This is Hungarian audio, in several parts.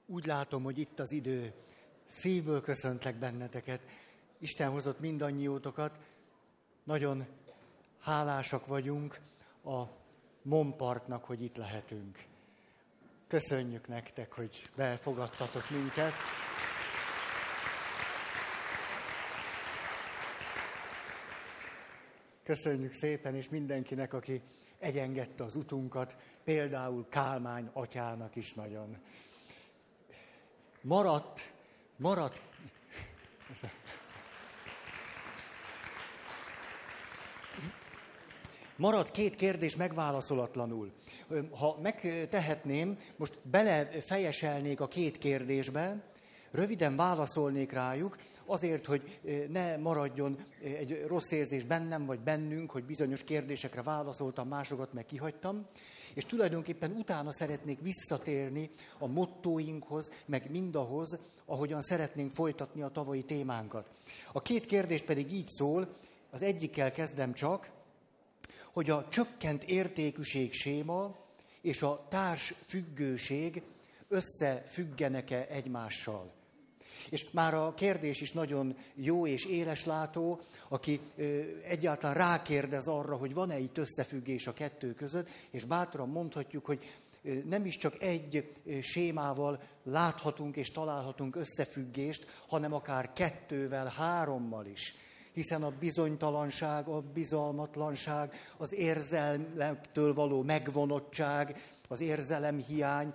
Úgy látom, hogy itt az idő. Szívből köszöntlek benneteket. Isten hozott mindannyiótokat. Nagyon hálásak vagyunk a MON Parknak, hogy itt lehetünk. Köszönjük nektek, hogy befogadtatok minket. Köszönjük szépen, és mindenkinek, aki egyengedte az utunkat, például Kálmán atyának is nagyon. Maradt két kérdés megválaszolatlanul. Ha megtehetném, most belefejeselnék a két kérdésbe, röviden válaszolnék rájuk, azért, hogy ne maradjon egy rossz érzés bennem vagy bennünk, hogy bizonyos kérdésekre válaszoltam, másokat meg kihagytam, és tulajdonképpen utána szeretnék visszatérni a mottóinkhoz, meg mindahhoz, ahogyan szeretnénk folytatni a tavalyi témánkat. A két kérdés pedig így szól, az egyikkel kezdem csak, hogy a csökkent értékűség séma és a társfüggőség összefüggenek-e egymással. És már a kérdés is nagyon jó és éleslátó, aki egyáltalán rákérdez arra, hogy van-e itt összefüggés a kettő között, és bátran mondhatjuk, hogy nem is csak egy sémával láthatunk és találhatunk összefüggést, hanem akár kettővel, hárommal is. Hiszen a bizonytalanság, a bizalmatlanság, az érzelmektől való megvonottság, az érzelemhiány,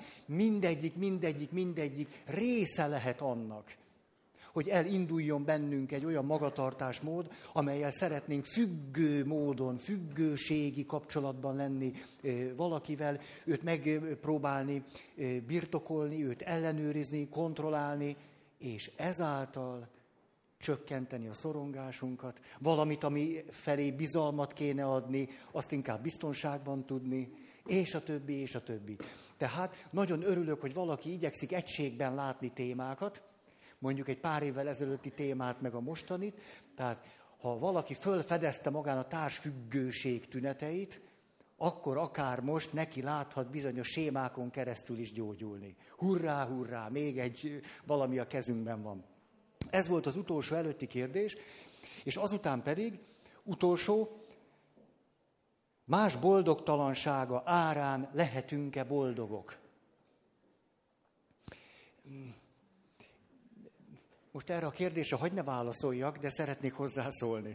mindegyik része lehet annak, hogy elinduljon bennünk egy olyan magatartásmód, amellyel szeretnénk függő módon, függőségi kapcsolatban lenni valakivel, őt megpróbálni birtokolni, őt ellenőrizni, kontrollálni, és ezáltal csökkenteni a szorongásunkat, valamit, ami felé bizalmat kéne adni, azt inkább biztonságban tudni, és a többi, és a többi. Tehát nagyon örülök, hogy valaki igyekszik egységben látni témákat, mondjuk egy pár évvel ezelőtti témát, meg a mostanit, tehát ha valaki fölfedezte magán a társfüggőség tüneteit, akkor akár most neki láthat bizonyos sémákon keresztül is gyógyulni. Hurrá, hurrá, még egy valami a kezünkben van. Ez volt az utolsó előtti kérdés, és azután pedig utolsó, más boldogtalansága árán lehetünk-e boldogok? Most erre a kérdésre hadd ne válaszoljak, de szeretnék hozzászólni.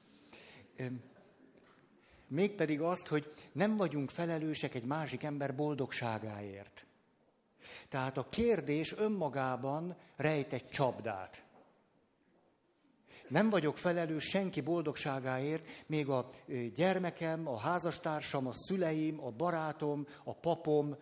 Mégpedig azt, hogy nem vagyunk felelősek egy másik ember boldogságáért. Tehát a kérdés önmagában rejt egy csapdát. Nem vagyok felelős senki boldogságáért, még a gyermekem, a házastársam, a szüleim, a barátom, a papom,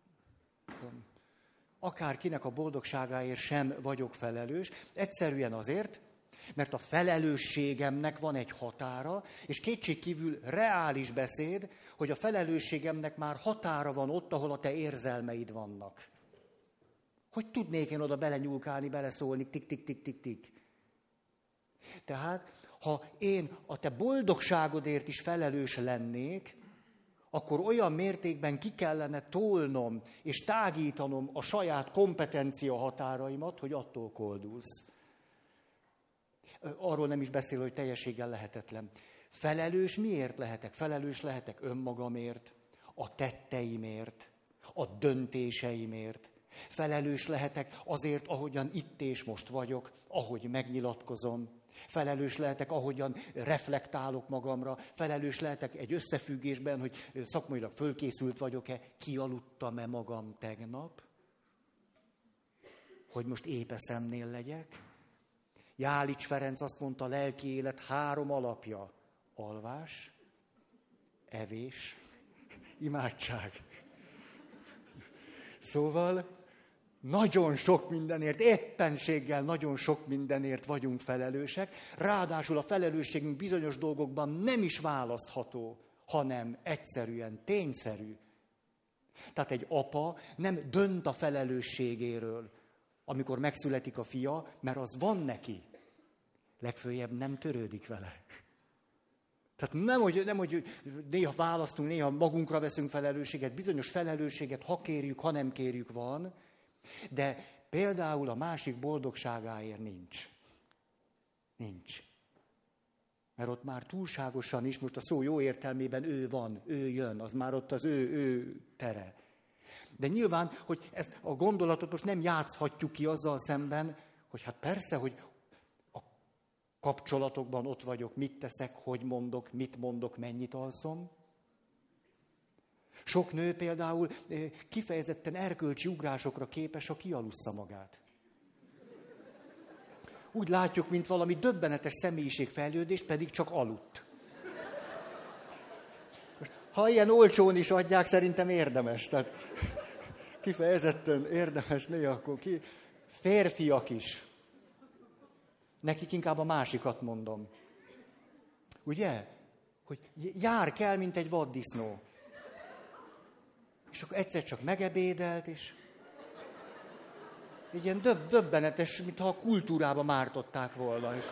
akárkinek a boldogságáért sem vagyok felelős. Egyszerűen azért, mert a felelősségemnek van egy határa, és kétségkívül reális beszéd, hogy a felelősségemnek már határa van ott, ahol a te érzelmeid vannak. Hogy tudnék én oda belenyúlkálni, beleszólni, tik-tik-tik-tik-tik. Tehát, ha én a te boldogságodért is felelős lennék, akkor olyan mértékben ki kellene tolnom és tágítanom a saját kompetencia határaimat, hogy attól koldulsz. Arról nem is beszél, hogy teljességgel lehetetlen. Felelős miért lehetek? Felelős lehetek önmagamért, a tetteimért, a döntéseimért. Felelős lehetek azért, ahogyan itt és most vagyok, ahogy megnyilatkozom. Felelős lehetek, ahogyan reflektálok magamra. Felelős lehetek egy összefüggésben, hogy szakmailag fölkészült vagyok-e, kialudtam-e magam tegnap, hogy most épeszemnél legyek. Jálics Ferenc azt mondta, a lelki élet 3 alapja. Alvás, evés, imádság. Szóval nagyon sok mindenért, éppenséggel nagyon sok mindenért vagyunk felelősek, ráadásul a felelősségünk bizonyos dolgokban nem is választható, hanem egyszerűen tényszerű. Tehát egy apa nem dönt a felelősségéről, amikor megszületik a fia, mert az van neki. Legföljebb nem törődik vele. Tehát nem, hogy néha választunk, néha magunkra veszünk felelősséget, bizonyos felelősséget, ha kérjük, ha nem kérjük, van, De például a másik boldogságáért nincs. Nincs. Mert ott már túlságosan is, most a szó jó értelmében ő van, ő jön, az már ott az ő tere. De nyilván, hogy ezt a gondolatot most nem játszhatjuk ki azzal szemben, hogy hát persze, hogy a kapcsolatokban ott vagyok, mit teszek, hogy mondok, mit mondok, mennyit alszom. Sok nő például kifejezetten erkölcsi ugrásokra képes, ha kialussza magát. Úgy látjuk, mint valami döbbenetes személyiségfejlődés, pedig csak aludt. Most, ha ilyen olcsón is adják, szerintem érdemes. Tehát kifejezetten érdemes néha, akkor ki. Férfiak is. Nekik inkább a másikat mondom. Ugye? Hogy jár kell, mint egy vaddisznó. És akkor egyszer csak megebédelt, és egy ilyen döbbenetes, mintha a kultúrába mártották volna. És...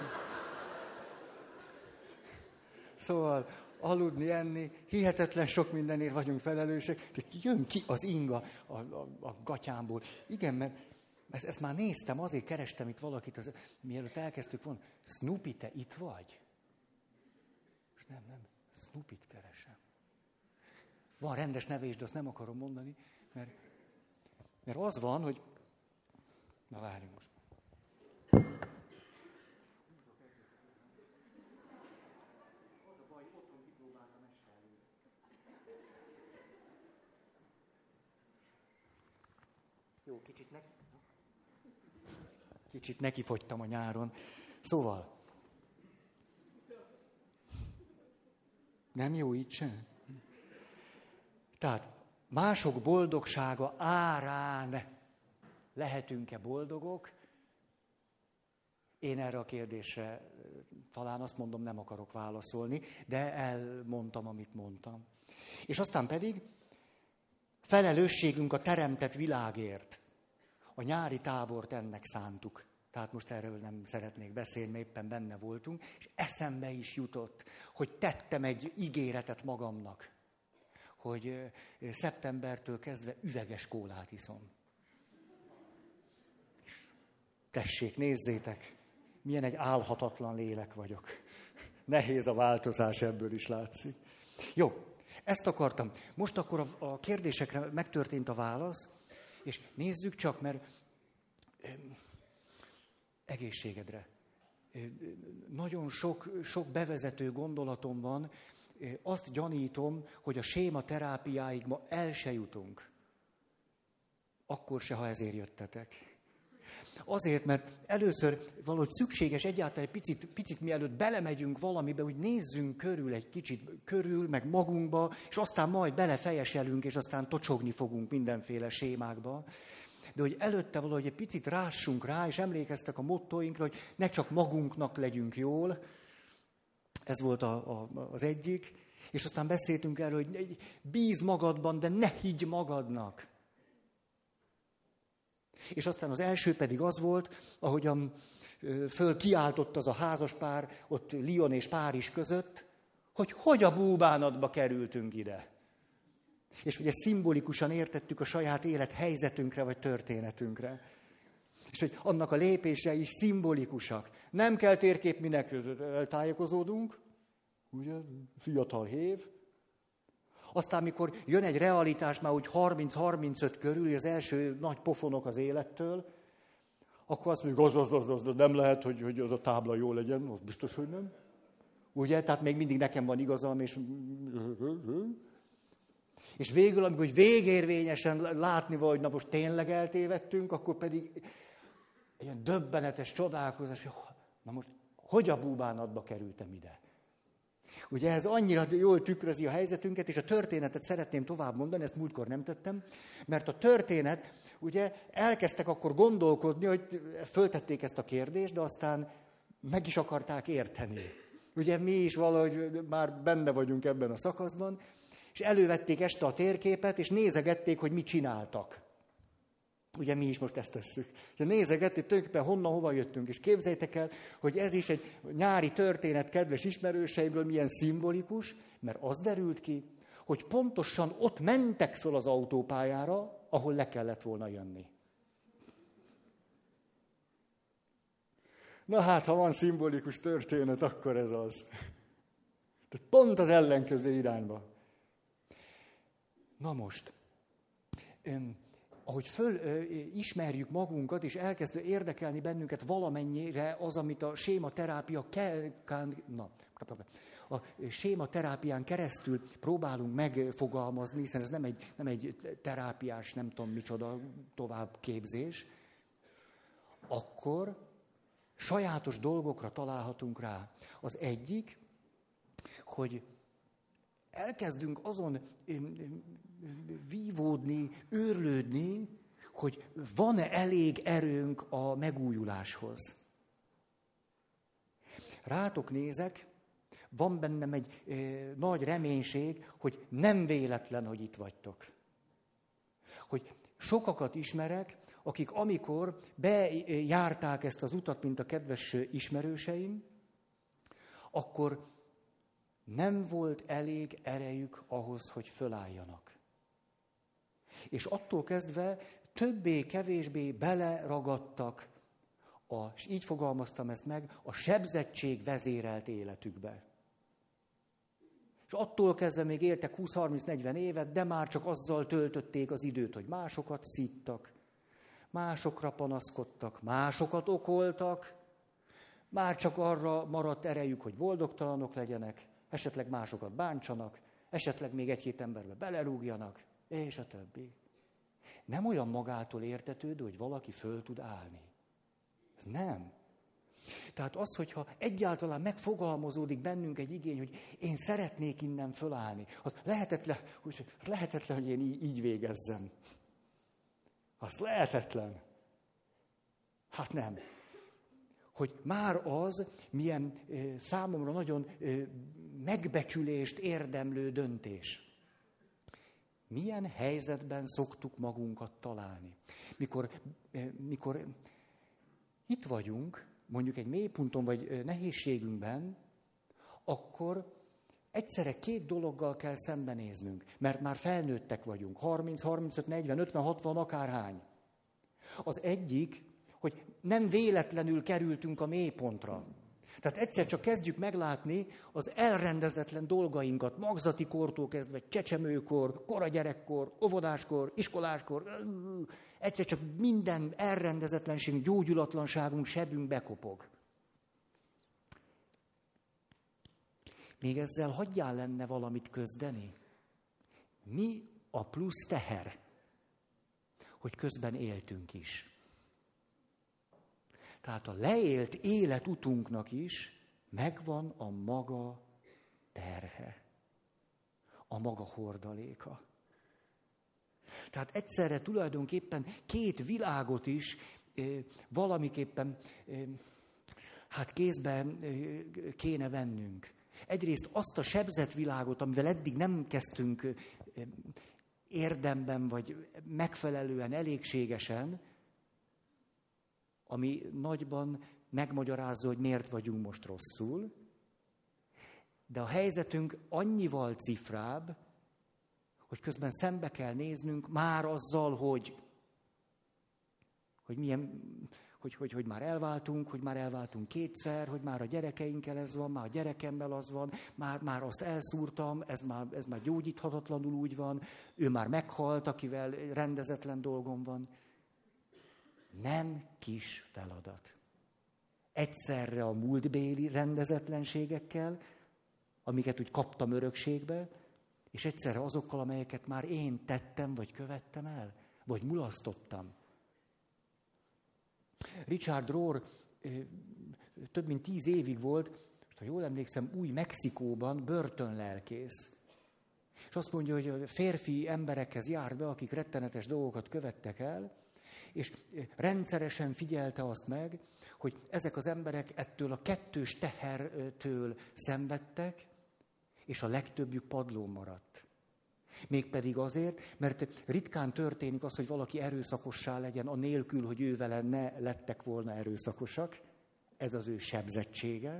Szóval aludni, enni, hihetetlen sok mindenért vagyunk felelősek, de jön ki az inga a gatyámból. Igen, mert ezt már néztem, azért kerestem itt valakit, mielőtt elkezdtük volna. Snoopy, te itt vagy? És nem, Snoopyt keresem. Van rendes neve is, de azt nem akarom mondani, mert az van, hogy... Na várjunk most. Jó, kicsit nekifogytam a nyáron. Szóval. Nem jó így sem? Tehát mások boldogsága árán lehetünk-e boldogok? Én erre a kérdésre talán azt mondom, nem akarok válaszolni, de elmondtam, amit mondtam. És aztán pedig felelősségünk a teremtett világért. A nyári tábort ennek szántuk. Tehát most erről nem szeretnék beszélni, mert éppen benne voltunk, és eszembe is jutott, hogy tettem egy ígéretet magamnak, hogy szeptembertől kezdve üveges kólát iszom. Tessék, nézzétek, milyen egy álhatatlan lélek vagyok. Nehéz a változás, ebből is látszik. Jó, ezt akartam. Most akkor a kérdésekre megtörtént a válasz, és nézzük csak, mert egészségedre. Nagyon sok bevezető gondolatom van. Azt gyanítom, hogy a sématerápiáig ma el se jutunk. Akkor se, ha ezért jöttetek. Azért, mert először valahogy szükséges egyáltalán egy picit mielőtt belemegyünk valamibe, hogy nézzünk körül egy kicsit körül, meg magunkba, és aztán majd belefejeselünk, és aztán tocsogni fogunk mindenféle sémákba. De hogy előtte valahogy egy picit rássunk rá, és emlékeztek a mottóinkra, hogy ne csak magunknak legyünk jól. Ez volt az egyik. És aztán beszéltünk erről, hogy bíz magadban, de ne higgy magadnak. És aztán az első pedig az volt, ahogyan föl kiáltott az a házaspár ott Lyon és Párizs között, hogy a búbánatba kerültünk ide. És ugye szimbolikusan értettük a saját élethelyzetünkre vagy történetünkre. És hogy annak a lépései is szimbolikusak. Nem kell térkép, minek eltájékozódunk, ugye, fiatal hév. Aztán, mikor jön egy realitás már úgy 30-35 körül, az első nagy pofonok az élettől, akkor azt mondjuk, az nem lehet, hogy az a tábla jó legyen, az biztos, hogy nem. Ugye? Tehát még mindig nekem van igazam, és végül, amikor végérvényesen látni van, hogy na most tényleg eltévedtünk, akkor pedig ilyen döbbenetes csodálkozás, hogy na most hogy a búbánatba kerültem ide? Ugye ez annyira jól tükrözi a helyzetünket, és a történetet szeretném tovább mondani, ezt múltkor nem tettem, mert a történet, ugye elkezdtek akkor gondolkodni, hogy föltették ezt a kérdést, de aztán meg is akarták érteni. Ugye mi is valahogy már benne vagyunk ebben a szakaszban, és elővették este a térképet, és nézegették, hogy mit csináltak. Ugye mi is most ezt tesszük. Nézegették, tulajdonképpen honnan, hova jöttünk, és képzeljétek el, hogy ez is egy nyári történet kedves ismerőseimről milyen szimbolikus, mert az derült ki, hogy pontosan ott mentek föl az autópályára, ahol le kellett volna jönni. Na hát, ha van szimbolikus történet, akkor ez az. Tehát pont az ellenkező irányba. Na most, ahogy fölismerjük magunkat, és elkezd érdekelni bennünket valamennyire az, amit a sématerápián keresztül próbálunk megfogalmazni, hiszen ez nem egy terápiás, nem tudom micsoda továbbképzés, akkor sajátos dolgokra találhatunk rá. Az egyik, hogy elkezdünk azon vívódni, őrlődni, hogy van-e elég erőnk a megújuláshoz. Rátok nézek, van bennem egy nagy reménység, hogy nem véletlen, hogy itt vagytok. Hogy sokakat ismerek, akik amikor bejárták ezt az utat, mint a kedves ismerőseim, akkor nem volt elég erejük ahhoz, hogy fölálljanak. És attól kezdve többé-kevésbé beleragadtak, és így fogalmaztam ezt meg, a sebzettség vezérelt életükbe. És attól kezdve még éltek 20-30-40 évet, de már csak azzal töltötték az időt, hogy másokat szittak, másokra panaszkodtak, másokat okoltak, már csak arra maradt erejük, hogy boldogtalanok legyenek, esetleg másokat bántsanak, esetleg még egy-két emberbe belerúgjanak, és a többi. Nem olyan magától értetődő, hogy valaki föl tud állni. Ez nem. Tehát az, hogyha egyáltalán megfogalmazódik bennünk egy igény, hogy én szeretnék innen fölállni, az lehetetlen, hogy én így végezzem. Az lehetetlen. Hát nem. Hogy már az milyen számomra nagyon megbecsülést érdemlő döntés. Milyen helyzetben szoktuk magunkat találni? Mikor itt vagyunk, mondjuk egy mélyponton vagy nehézségünkben, akkor egyszerre két dologgal kell szembenéznünk, mert már felnőttek vagyunk, 30, 35, 40, 50, 60, akárhány. Az egyik, hogy nem véletlenül kerültünk a mélypontra. Tehát egyszer csak kezdjük meglátni az elrendezetlen dolgainkat, magzati kortól kezdve, csecsemőkor, kora gyerekkor, óvodáskor, iskoláskor, egyszer csak minden elrendezetlenségünk, gyógyulatlanságunk, sebünk bekopog. Még ezzel hagyjál lenne valamit közdeni? Mi a plusz teher, hogy közben éltünk is? Tehát a leélt életutunknak is megvan a maga terhe, a maga hordaléka. Tehát egyszerre tulajdonképpen két világot is valamiképpen kézben kéne vennünk. Egyrészt azt a sebzett világot, amivel eddig nem kezdtünk érdemben, vagy megfelelően, elégségesen, ami nagyban megmagyarázza, hogy miért vagyunk most rosszul, de a helyzetünk annyival cifrább, hogy közben szembe kell néznünk már azzal, hogy már elváltunk kétszer, hogy már a gyerekeinkkel ez van, már a gyerekemmel az van, már azt elszúrtam, ez már gyógyíthatatlanul úgy van, ő már meghalt, akivel rendezetlen dolgom van. Nem kis feladat. Egyszerre a múltbéli rendezetlenségekkel, amiket úgy kaptam örökségbe, és egyszerre azokkal, amelyeket már én tettem, vagy követtem el, vagy mulasztottam. Richard Rohr több mint 10 évig volt, ha jól emlékszem, Új-Mexikóban börtönlelkész. És azt mondja, hogy férfi emberekhez járt be, akik rettenetes dolgokat követtek el, és rendszeresen figyelte azt meg, hogy ezek az emberek ettől a kettős tehertől szenvedtek, és a legtöbbjük padlón maradt. Mégpedig azért, mert ritkán történik az, hogy valaki erőszakossá legyen, anélkül, hogy ő vele ne lettek volna erőszakosak. Ez az ő sebzettsége.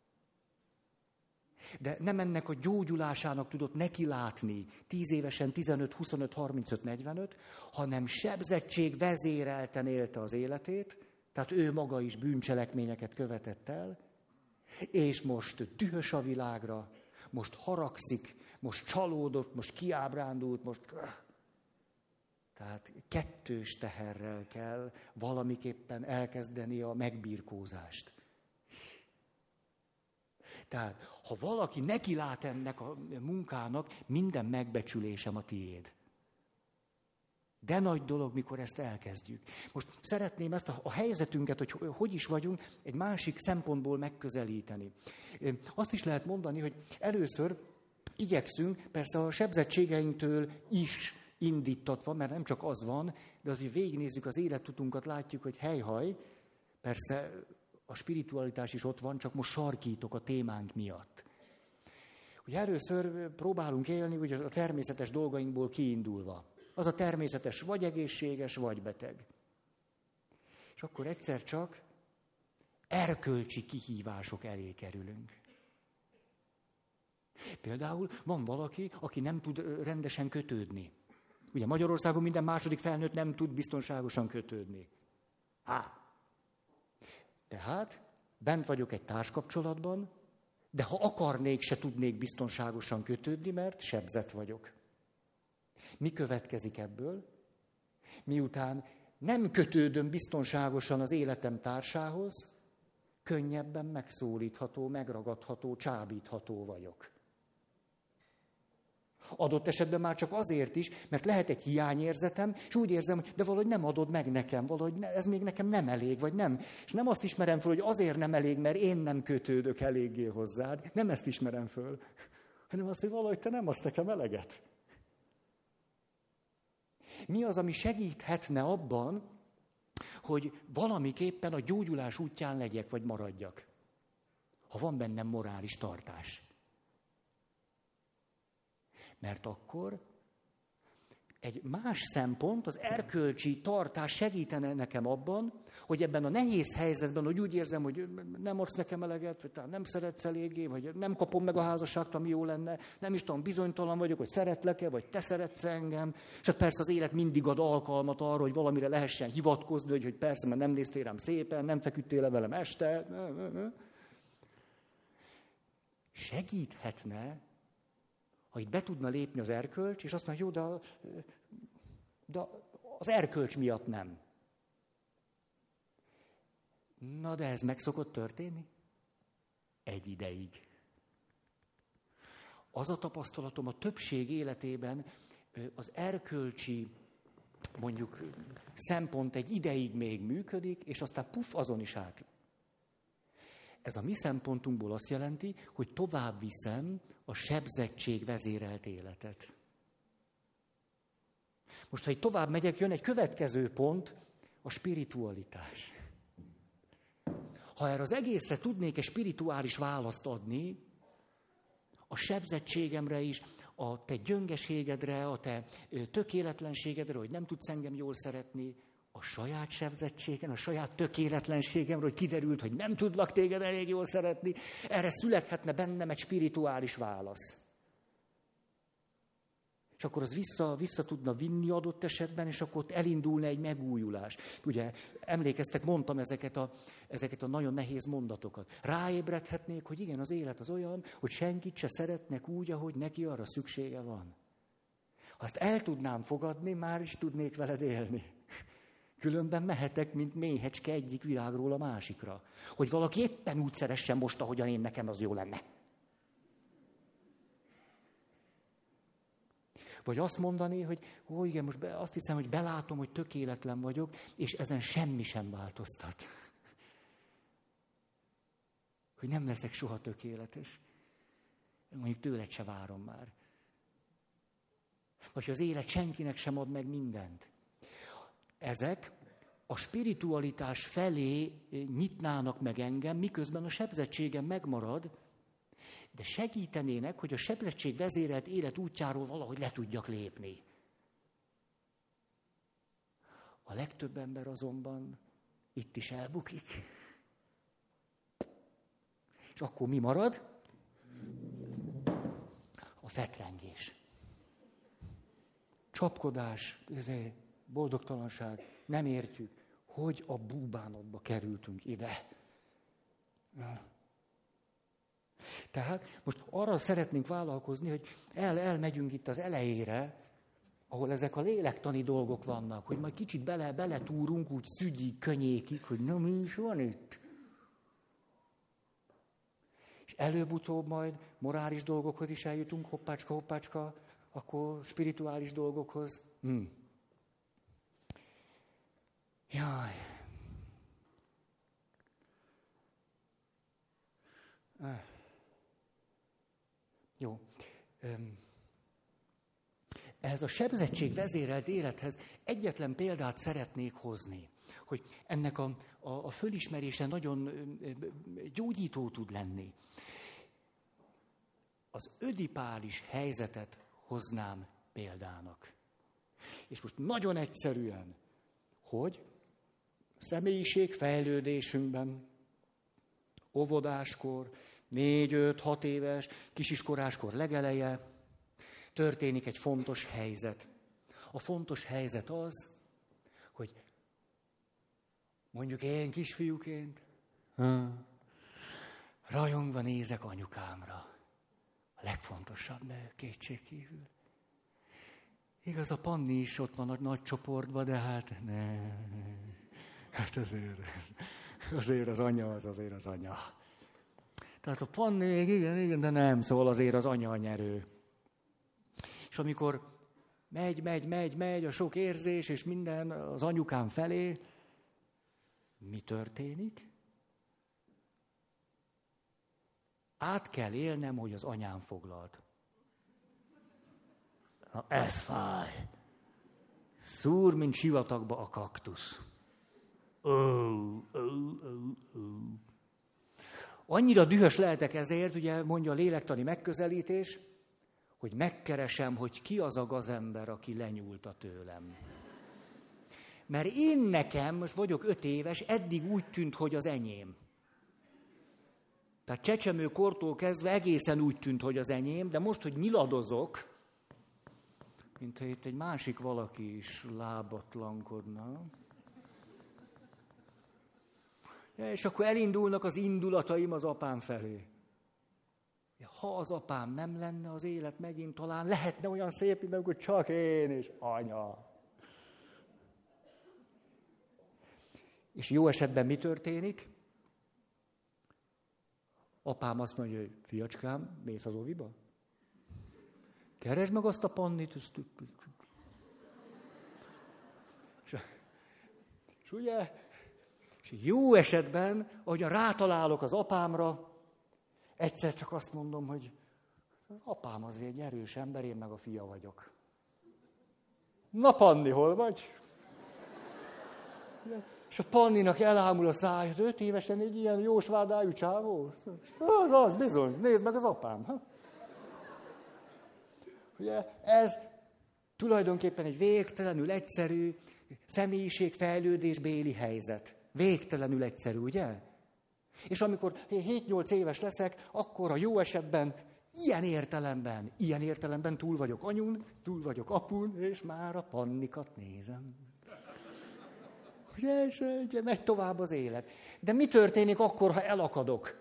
De nem ennek a gyógyulásának tudott neki látni 10 évesen, 15, 25, 35, 45, hanem sebzettség vezérelten élte az életét, Tehát ő maga is bűncselekményeket követett el, és most dühös a világra, most haragszik, most csalódott, most kiábrándult, most... Tehát kettős teherrel kell valamiképpen elkezdeni a megbirkózást. Tehát, ha valaki nekilát ennek a munkának, minden megbecsülésem a tiéd. De nagy dolog, mikor ezt elkezdjük. Most szeretném ezt a helyzetünket, hogy is vagyunk, egy másik szempontból megközelíteni. Azt is lehet mondani, hogy először igyekszünk, persze a sebzettségeinktől is indítatva, mert nem csak az van, de azért végignézzük az életutunkat, látjuk, hogy helyhaj, persze a spiritualitás is ott van, csak most sarkítok a témánk miatt. Ugye először próbálunk élni ugye a természetes dolgainkból kiindulva. Az a természetes, vagy egészséges, vagy beteg. És akkor egyszer csak erkölcsi kihívások elé kerülünk. Például van valaki, aki nem tud rendesen kötődni. Ugye Magyarországon minden második felnőtt nem tud biztonságosan kötődni. Tehát bent vagyok egy társkapcsolatban, de ha akarnék, se tudnék biztonságosan kötődni, mert sebzett vagyok. Mi következik ebből? Miután nem kötődöm biztonságosan az életem társához, könnyebben megszólítható, megragadható, csábítható vagyok. Adott esetben már csak azért is, mert lehet egy hiányérzetem, és úgy érzem, hogy de valahogy nem adod meg nekem, valahogy ez még nekem nem elég, vagy nem. És nem azt ismerem föl, hogy azért nem elég, mert én nem kötődök eléggé hozzád. Nem ezt ismerem föl, hanem azt, hogy valahogy te nem adsz nekem eleget. Mi az, ami segíthetne abban, hogy valamiképpen a gyógyulás útján legyek, vagy maradjak? Ha van bennem morális tartás. Mert akkor egy más szempont, az erkölcsi tartás segítene nekem abban, hogy ebben a nehéz helyzetben, hogy úgy érzem, hogy nem adsz nekem eleget, vagy talán nem szeretsz eléggé, vagy nem kapom meg a házasságot, ami jó lenne, nem is tudom, bizonytalan vagyok, hogy szeretlek-e, vagy te szeretsz engem. És hát persze az élet mindig ad alkalmat arra, hogy valamire lehessen hivatkozni, hogy persze, mert nem néztél rám szépen, nem feküdtél le velem este. Segíthetne, ha itt be tudna lépni az erkölcs, és azt mondja, jó, de az erkölcs miatt nem. Na, de ez meg szokott történni? Egy ideig. Az a tapasztalatom a többség életében az erkölcsi, mondjuk, szempont egy ideig még működik, és aztán azon is át. Ez a mi szempontunkból azt jelenti, hogy tovább viszem a sebzettség vezérelt életet. Most, ha itt tovább megyek, jön egy következő pont, a spiritualitás. Ha erre az egészre tudnék egy spirituális választ adni, a sebzettségemre is, a te gyöngeségedre, a te tökéletlenségedre, hogy nem tudsz engem jól szeretni, a saját sebzettségen, a saját tökéletlenségemről, hogy kiderült, hogy nem tudlak téged elég jól szeretni, erre születhetne bennem egy spirituális válasz. És akkor az vissza tudna vinni adott esetben, és akkor ott elindulna egy megújulás. Ugye, emlékeztek, mondtam ezeket a nagyon nehéz mondatokat. Ráébredhetnék, hogy igen, az élet az olyan, hogy senkit se szeretnek úgy, ahogy neki arra szüksége van. Ha ezt el tudnám fogadni, már is tudnék veled élni. Különben mehetek, mint méhecske egyik világról a másikra. Hogy valaki éppen úgy szeressen most, ahogyan én, nekem az jó lenne. Vagy azt mondani, hogy igen, most azt hiszem, hogy belátom, hogy tökéletlen vagyok, és ezen semmi sem változtat. Hogy nem leszek soha tökéletes. Mondjuk tőled se várom már. Vagy hogy az élet senkinek sem ad meg mindent. Ezek a spiritualitás felé nyitnának meg engem, miközben a sebzettségem megmarad, de segítenének, hogy a sebzettség vezérelt élet útjáról valahogy le tudjak lépni. A legtöbb ember azonban itt is elbukik. És akkor mi marad? A fetrengés. Csapkodás, boldogtalanság, nem értjük. hogy a búbánatba kerültünk ide. Tehát most arra szeretnénk vállalkozni, hogy elmegyünk itt az elejére, ahol ezek a lélektani dolgok vannak, hogy majd kicsit beletúrunk úgy szügyig, könnyékig, hogy na mi is van itt. És előbb-utóbb majd morális dolgokhoz is eljutunk, hoppácska, akkor spirituális dolgokhoz. Jaj. Jó. Ehhez a sebzettség vezérelt élethez egyetlen példát szeretnék hozni, hogy ennek a fölismerése nagyon gyógyító tud lenni. Az ödipális helyzetet hoznám példának. És most nagyon egyszerűen, hogy személyiségfejlődésünkben, óvodáskor, 4-5-6 éves, kisiskoráskor legeleje, történik egy fontos helyzet. A fontos helyzet az, hogy mondjuk én kisfiúként rajongva nézek anyukámra. A legfontosabb nő, kétségkívül. Igaz, a Panni is ott van a nagy csoportban, de hát ne. Hát azért az anya azért az anya. Tehát a Panni még igen, de nem, szóval azért az anya a nyerő. És amikor megy a sok érzés, és minden az anyukám felé, mi történik? Át kell élnem, hogy az anyám foglalt. Na, ez fáj. Szúr, mint sivatagba a kaktusz. Annyira dühös lehetek ezért, ugye mondja a lélektani megközelítés, hogy megkeresem, hogy ki az a gazember, aki lenyúlta tőlem. Mert én nekem, most vagyok 5 éves, eddig úgy tűnt, hogy az enyém. Tehát csecsemőkortól kezdve egészen úgy tűnt, hogy az enyém, de most, hogy nyiladozok, mintha itt egy másik valaki is lábatlankodna. És akkor elindulnak az indulataim az apám felé. Ha az apám nem lenne, az élet megint talán lehetne olyan szép, mint amikor csak én és anya. És jó esetben mi történik? Apám azt mondja, hogy fiacskám, mész az oviba? Keresd meg azt a Pannit. És ugye, és jó esetben, ahogyan rátalálok az apámra, egyszer csak azt mondom, hogy az apám azért egy erős ember, én meg a fia vagyok. Na, Panni, hol vagy? És a Panninak elámul a száj, 5 évesen egy ilyen jósvádájú csávó. Az, bizony, nézd meg az apám. Ha? Ugye, ez tulajdonképpen egy végtelenül egyszerű személyiségfejlődésbéli helyzet. Végtelenül egyszerű, ugye? És amikor 7-8 éves leszek, akkor a jó esetben ilyen értelemben túl vagyok anyun, túl vagyok apun, és már a Pannikat nézem. Ugye, és ugye megy tovább az élet. De mi történik akkor, ha elakadok?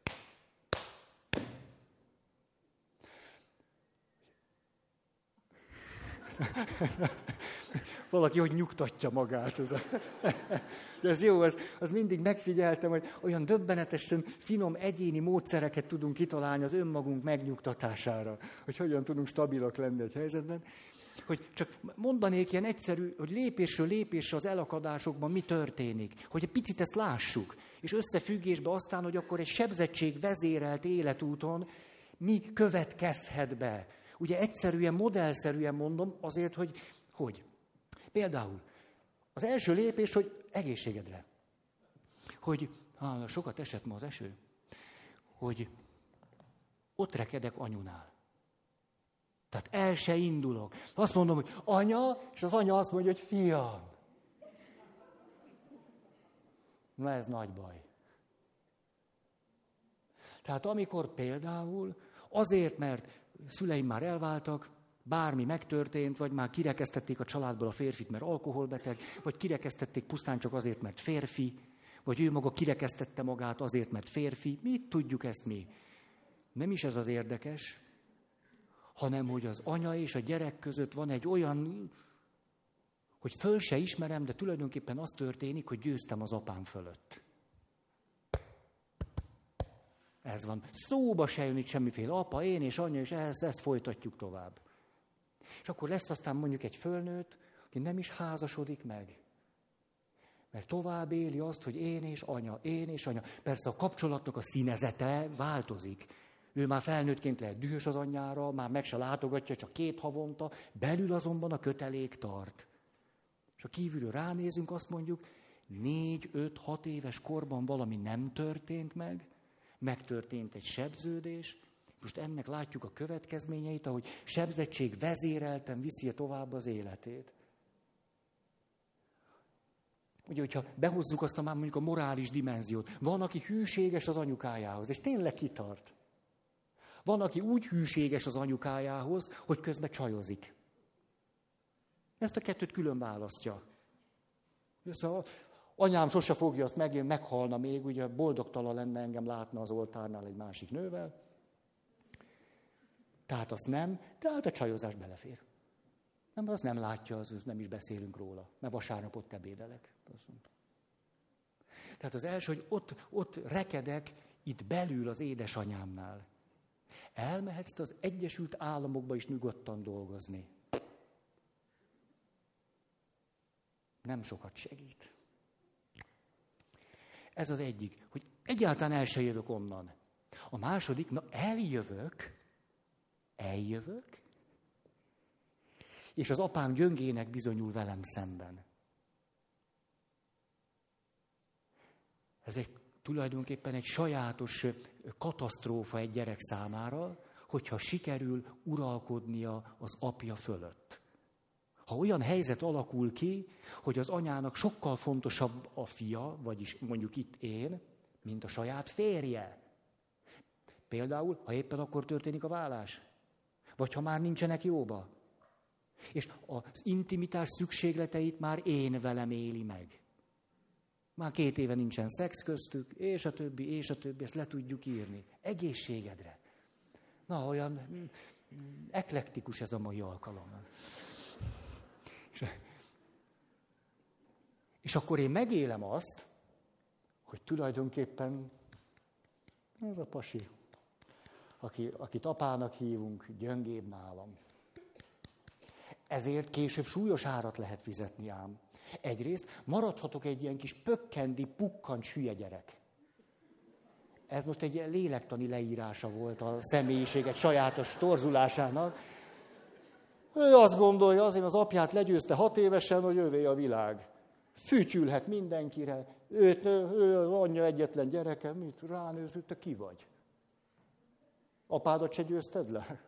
Valaki hogy nyugtatja magát. De ez jó, az mindig megfigyeltem, hogy olyan döbbenetesen finom egyéni módszereket tudunk kitalálni az önmagunk megnyugtatására. Hogy hogyan tudunk stabilak lenni egy helyzetben. Hogy csak mondanék ilyen egyszerű, hogy lépésről lépésre az elakadásokban mi történik. Hogy egy picit ezt lássuk. És összefüggésbe aztán, hogy akkor egy sebzettség vezérelt életúton mi következhet be. Ugye egyszerűen, modellszerűen mondom azért, hogy például az első lépés, hogy egészségedre. Hogy, sokat esett ma az eső, hogy ott rekedek anyunál. Tehát el se indulok. Azt mondom, hogy anya, és az anya azt mondja, hogy fiam. Na ez nagy baj. Tehát amikor például azért, mert szüleim már elváltak, bármi megtörtént, vagy már kirekesztették a családból a férfit, mert alkoholbeteg, vagy kirekesztették pusztán csak azért, mert férfi, vagy ő maga kirekesztette magát azért, mert férfi. Mit tudjuk ezt mi? Nem is ez az érdekes, hanem hogy az anya és a gyerek között van egy olyan, hogy föl se ismerem, de tulajdonképpen az történik, hogy győztem az apám fölött. Ez van. Szóba se jön itt semmiféle apa, én és anya, és ezt folytatjuk tovább. És akkor lesz aztán mondjuk egy fölnőtt, aki nem is házasodik meg. Mert tovább éli azt, hogy én és anya, én és anya. Persze a kapcsolatnak a színezete változik. Ő már felnőttként lehet dühös az anyjára, már meg se látogatja, csak 2 havonta, belül azonban a kötelék tart. És ha kívülről ránézünk, azt mondjuk, 4-5-6 éves korban valami nem történt meg, megtörtént egy sebződés, most ennek látjuk a következményeit, ahogy sebzettség vezérelten viszi tovább az életét. Ugye, hogyha behozzuk azt már mondjuk a morális dimenziót, van, aki hűséges az anyukájához, és tényleg kitart. Van, aki úgy hűséges az anyukájához, hogy közben csajozik. Ezt a kettőt külön választja. Szóval anyám sose fogja azt meghalna még, ugye boldogtalan lenne, engem látna az oltárnál egy másik nővel. Tehát azt nem, de hát a csajozás belefér. Nem, azt nem látja, az nem is beszélünk róla, mert vasárnap ott ebédelek. Tehát az első, hogy ott rekedek, itt belül az édesanyámnál. Elmehetsz az Egyesült Államokba is nyugodtan dolgozni. Nem sokat segít. Ez az egyik, hogy egyáltalán el se jövök onnan. A második, na eljövök, és az apám gyöngének bizonyul velem szemben. Ez tulajdonképpen egy sajátos katasztrófa egy gyerek számára, hogyha sikerül uralkodnia az apja fölött. Ha olyan helyzet alakul ki, hogy az anyának sokkal fontosabb a fia, vagyis mondjuk itt én, mint a saját férje. Például, ha éppen akkor történik a válás. Vagy ha már nincsenek jóba. És az intimitás szükségleteit már én velem éli meg. Már 2 éve nincsen szex köztük, és a többi, ezt le tudjuk írni. Egészségedre. Na, olyan eklektikus ez a mai alkalom. És akkor én megélem azt, hogy tulajdonképpen ez a pasi, akit apának hívunk, gyöngébb nálam. Ezért később súlyos árat lehet fizetni ám. Egyrészt maradhatok egy ilyen kis pökkendi, pukkancs hülye gyerek. Ez most egy lélektani leírása volt a személyiséget sajátos torzulásának. Ő azt gondolja, azért az apját legyőzte 6 évesen, hogy ővé a világ. Fütyülhet mindenkire. Ő az anyja egyetlen gyereke, mit ránéz, te ki vagy? Apádat se győzted le?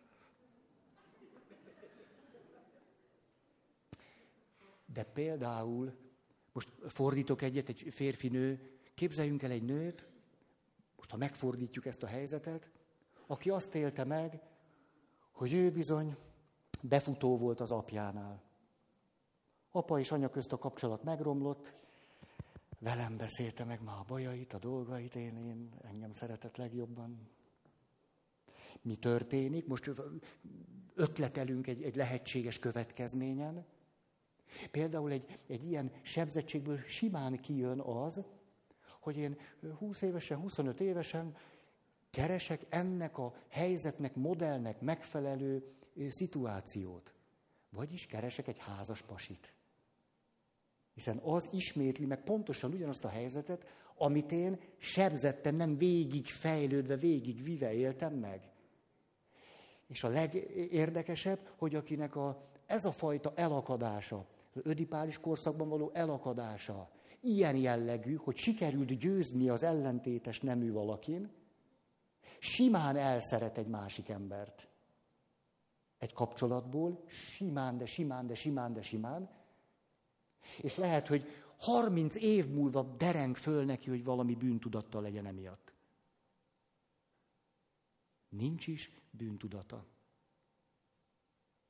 De például, most fordítok egyet, egy férfi-nő, képzeljünk el egy nőt, most ha megfordítjuk ezt a helyzetet, aki azt élte meg, hogy ő bizony befutó volt az apjánál. Apa és anya közt a kapcsolat megromlott, velem beszélte meg már a bajait, a dolgait, engem szeretett legjobban. Mi történik? Most ötletelünk egy lehetséges következményen. Például egy ilyen sebzettségből simán kijön az, hogy én 20 évesen, 25 évesen keresek ennek a helyzetnek, modellnek megfelelő szituációt. Vagyis keresek egy házas pasit. Hiszen az ismétli meg pontosan ugyanazt a helyzetet, amit én sebzetten, nem végig fejlődve, végig vive éltem meg. És a legérdekesebb, hogy akinek ez a fajta elakadása, az ödipális korszakban való elakadása ilyen jellegű, hogy sikerült győzni az ellentétes nemű valakin, simán elszeret egy másik embert. Egy kapcsolatból, simán. És lehet, hogy 30 év múlva dereng föl neki, hogy valami bűntudattal legyen emiatt. Nincs is bűntudata.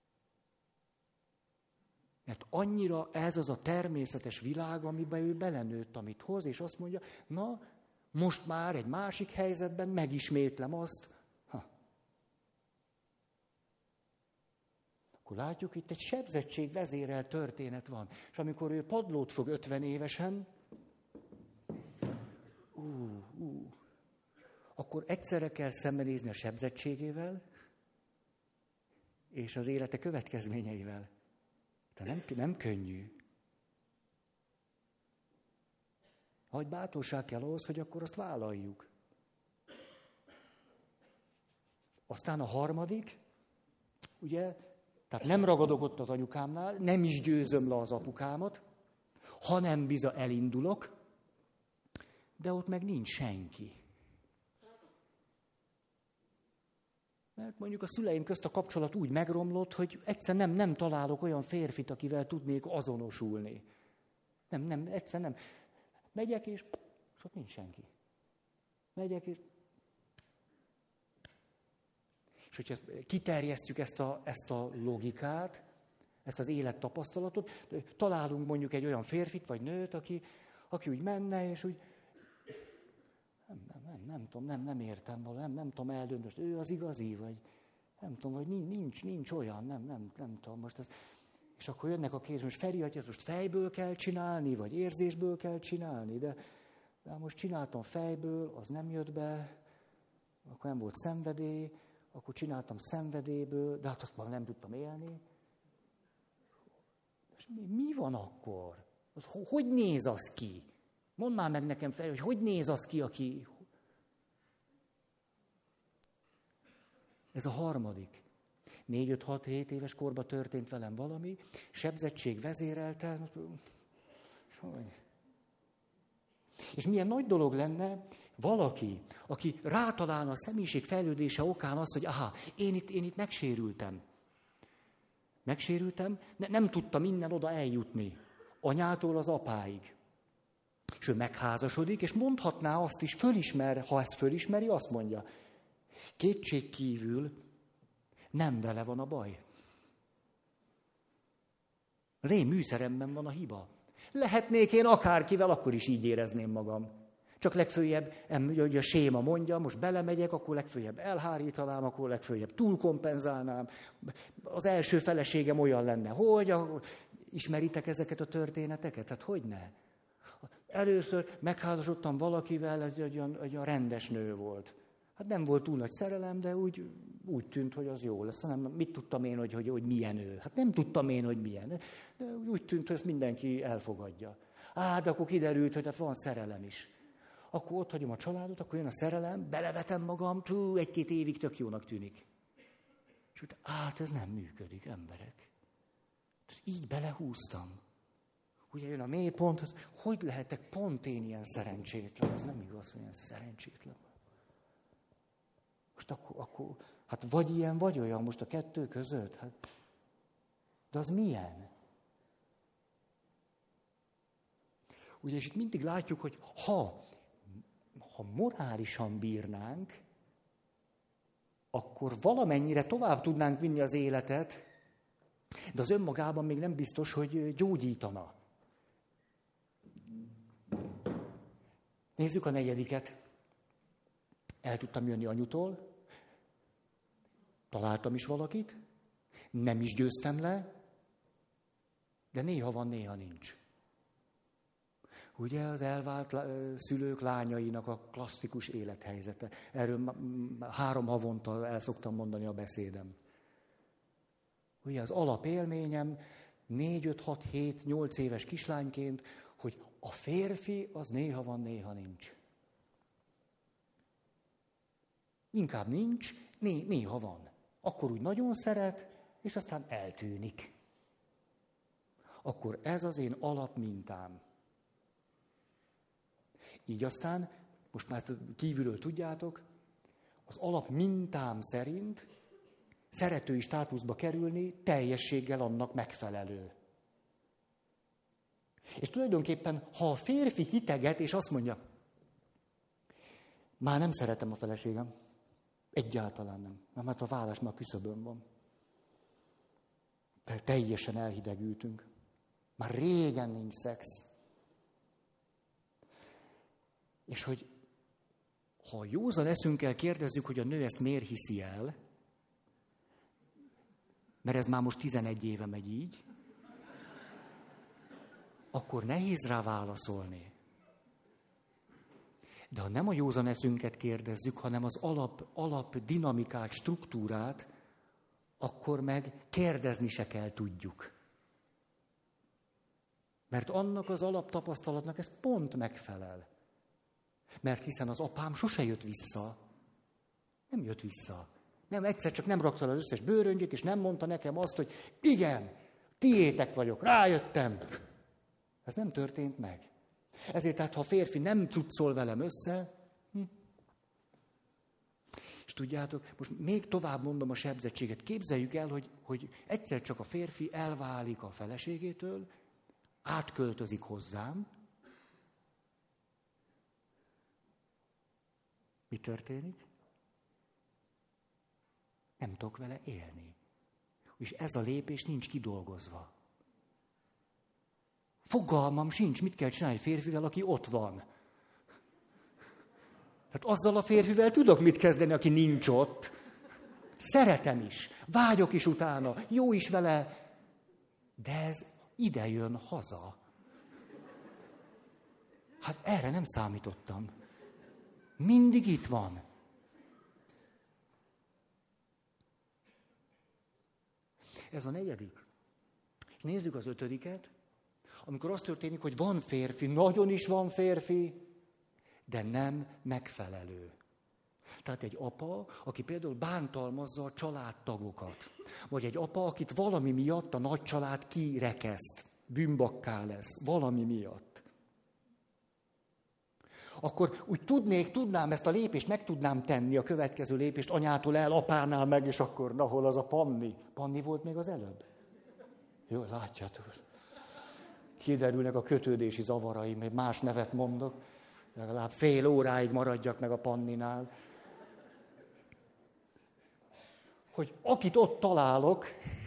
Mert annyira ez az a természetes világ, amiben ő belenőtt, amit hoz, és azt mondja, na, most már egy másik helyzetben megismétlem azt. Akkor látjuk, itt egy sebzettségvezérelt történet van. És amikor ő padlót fog 50 évesen, akkor egyszerre kell szembenézni a sebzettségével, és az élete következményeivel. De nem könnyű. Hogy bátorság kell ahhoz, hogy akkor azt vállaljuk. Aztán a harmadik, ugye, tehát nem ragadok ott az anyukámnál, nem is győzöm le az apukámat, hanem biza elindulok, de ott meg nincs senki. Mert mondjuk a szüleim közt a kapcsolat úgy megromlott, hogy egyszer nem találok olyan férfit, akivel tudnék azonosulni. Egyszer nem. Megyek, és ott nincs senki. Megyek, és hogyha kiterjesztjük ezt a logikát, ezt az élettapasztalatot, találunk mondjuk egy olyan férfit vagy nőt, aki úgy menne, és úgy nem tudom, nem értem valami, nem tudom eldönteni, ő az igazi, vagy nem tudom, vagy nincs olyan, nem tudom most ezt. És akkor jönnek a kérdések, most Feri, hogy ezt most fejből kell csinálni, vagy érzésből kell csinálni, de most csináltam fejből, az nem jött be, akkor nem volt szenvedély, akkor csináltam szenvedélyből, de hát azt már nem tudtam élni. És mi van akkor? Hogy néz az ki? Mondd már meg nekem fel, hogy néz az ki, aki... Ez a harmadik. 4-5-6-7 éves korban történt velem valami, sebzettség vezérelte. És milyen nagy dolog lenne valaki, aki rátalálna a személyiség fejlődése okán az, hogy én itt megsérültem. Nem tudtam innen oda eljutni. Anyától az apáig. És ő megházasodik, és mondhatná azt is, ha ezt fölismeri, azt mondja, kétségkívül nem vele van a baj. Az én műszeremben van a hiba. Lehetnék én akárkivel, akkor is így érezném magam. Csak legfőjebb, hogy a séma mondja, most belemegyek, akkor legfőjebb elhárítanám, akkor legfőjebb túlkompenzálnám. Az első feleségem olyan lenne, hogy ismeritek ezeket a történeteket? Hát hogy ne? Először megházasodtam valakivel, egy olyan rendes nő volt. Hát nem volt túl nagy szerelem, de úgy tűnt, hogy az jó lesz. Mit tudtam én, hogy milyen ő? Hát nem tudtam én, hogy milyen. De úgy tűnt, hogy ezt mindenki elfogadja. De akkor kiderült, hogy hát van szerelem is. Akkor ott hagyom a családot, akkor jön a szerelem, belevetem magam, 1-2 évig tök jónak tűnik. És utána, ez nem működik, emberek. Így belehúztam. Ugye jön a mélypont, hogy lehetek pont én ilyen szerencsétlen? Ez nem igaz, hogy ilyen szerencsétlen. Most akkor hát vagy ilyen, vagy olyan most a kettő között. Hát, de az milyen? Ugye, és itt mindig látjuk, hogy ha morálisan bírnánk, akkor valamennyire tovább tudnánk vinni az életet, de az önmagában még nem biztos, hogy gyógyítana. Nézzük a 4. El tudtam jönni anyutól, találtam is valakit, nem is győztem le, de néha van, néha nincs. Ugye az elvált szülők lányainak a klasszikus élethelyzete. Erről 3 havonta el szoktam mondani a beszédem. Ugye az alapélményem 4-5-6-7-8 éves kislányként, hogy a férfi az néha van, néha nincs. Inkább nincs, néha van. Akkor úgy nagyon szeret, és aztán eltűnik. Akkor ez az én alapmintám. Így aztán, most már ezt kívülről tudjátok, az alapmintám szerint szeretői státuszba kerülni teljességgel annak megfelelő. És tulajdonképpen, ha a férfi hiteget, és azt mondja, már nem szeretem a feleségem, egyáltalán nem, mert a vállás már küszöbön van. Teljesen elhidegültünk. Már régen nincs szex. És hogy ha józan eszünkkel kérdezzük, hogy a nő ezt miért hiszi el, mert ez már most 11 éve megy így, akkor nehéz rá válaszolni. De ha nem a józan eszünket kérdezzük, hanem az alap dinamikát, struktúrát, akkor meg kérdezni se kell tudjuk. Mert annak az alaptapasztalatnak ez pont megfelel. Mert hiszen az apám sose jött vissza. Nem jött vissza. Nem, egyszer csak nem rakta az összes bőröngyét, és nem mondta nekem azt, hogy igen, tiétek vagyok, rájöttem. Ez nem történt meg. Ezért tehát, ha a férfi nem cuccol velem össze, és tudjátok, most még tovább mondom a sebzettséget. Képzeljük el, hogy egyszer csak a férfi elválik a feleségétől, átköltözik hozzám. Mi történik? Nem tudok vele élni. És ez a lépés nincs kidolgozva. Fogalmam sincs, mit kell csinálni egy férfivel, aki ott van. Hát azzal a férfivel tudok mit kezdeni, aki nincs ott. Szeretem is, vágyok is utána, jó is vele, de ez ide jön haza. Hát erre nem számítottam. Mindig itt van. Ez a 4. És nézzük az 5. Amikor az történik, hogy van férfi, nagyon is van férfi, de nem megfelelő. Tehát egy apa, aki például bántalmazza a családtagokat, vagy egy apa, akit valami miatt a nagy család kirekeszt, bűnbakká lesz, valami miatt. Akkor úgy tudnám ezt a lépést, meg tudnám tenni, a következő lépést anyától el, apánál meg, és akkor, na hol az a Panni? Panni volt még az előbb? Jó, látjátok. Kiderülnek a kötődési zavaraim, hogy más nevet mondok. Legalább fél óráig maradjak meg a Panninál. Hogy akit ott találok,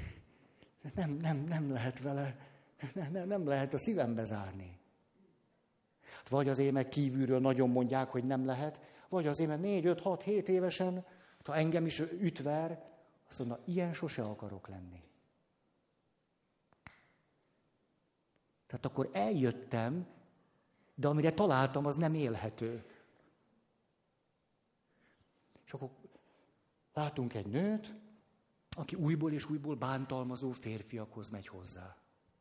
nem lehet vele, nem lehet a szívembe zárni. Vagy azért meg kívülről nagyon mondják, hogy nem lehet, vagy azért meg 4, 5, 6, 7 évesen, ha engem is ütver, azt mondja, ilyen sose akarok lenni. Tehát akkor eljöttem, de amire találtam, az nem élhető. És akkor látunk egy nőt, aki újból és újból bántalmazó férfiakhoz megy hozzá.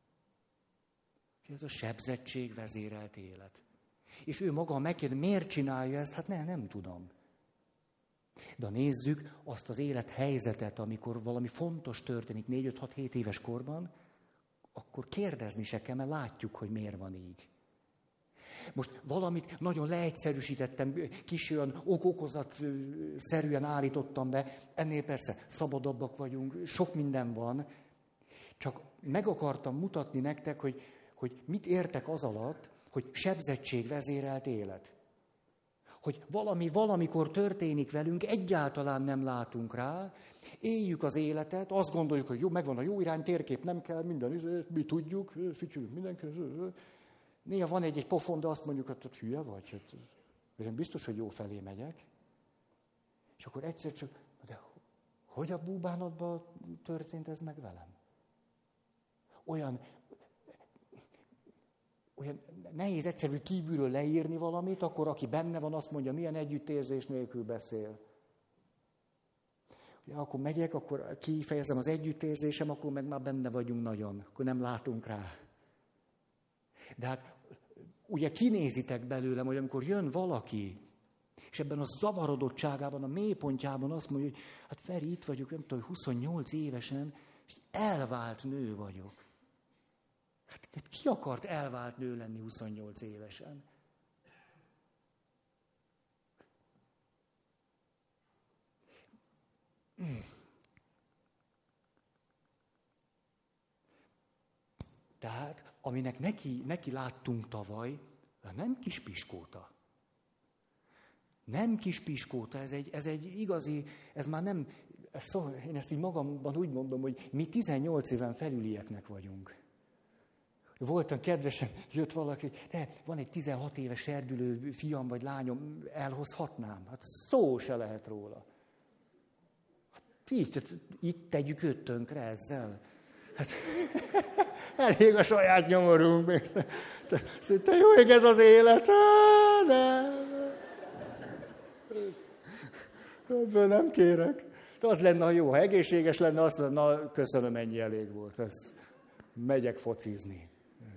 Ez a sebzettség vezérelt élet. És ő maga megkérdezi, miért csinálja ezt? Hát nem tudom. De nézzük azt az élethelyzetet, amikor valami fontos történik 4, 5, 6, 7 éves korban, akkor kérdezni se kell, mert látjuk, hogy miért van így. Most valamit nagyon leegyszerűsítettem, kis olyan okozatszerűen állítottam be, ennél persze szabadabbak vagyunk, sok minden van, csak meg akartam mutatni nektek, hogy mit értek az alatt, hogy sebzettség vezérelt élet. Hogy valamikor történik velünk, egyáltalán nem látunk rá, éljük az életet, azt gondoljuk, hogy jó, megvan a jó irány, térkép nem kell, minden, mi tudjuk, fütyülünk mindenki. Néha van egy pofon, de azt mondjuk, hogy hülye vagy, hát, én biztos, hogy jó felé megyek. És akkor egyszer csak, de hogy a búbánatban történt ez meg velem? Olyan nehéz egyszerű kívülről leírni valamit, akkor aki benne van, azt mondja, milyen együttérzés nélkül beszél. Ja, akkor megyek, akkor kifejezem az együttérzésem, akkor meg már benne vagyunk nagyon, akkor nem látunk rá. De hát ugye kinézitek belőlem, hogy amikor jön valaki, és ebben a zavarodottságában, a mélypontjában azt mondja, hogy hát Feri, itt vagyok, nem tudom, 28 évesen, és elvált nő vagyok. Hát ki akart elvált nő lenni 28 évesen? Tehát, aminek neki láttunk tavaly, nem kis piskóta. Nem kis piskóta, ez egy igazi, ez már nem, én ezt így magamban úgy mondom, hogy mi 18 éven felülieknek vagyunk. Voltam kedvesen, jött valaki, de van egy 16 éves serdülő fiam vagy lányom, elhozhatnám? Hát szó se lehet róla. Hát itt tegyük őt tönkre ezzel. Hát, elég a saját nyomorunk. Te jó ég ez az élet. Ebből nem kérek. De az lenne, ha jó, ha egészséges lenne, azt mondja, na köszönöm, ennyi elég volt. Megyek focizni.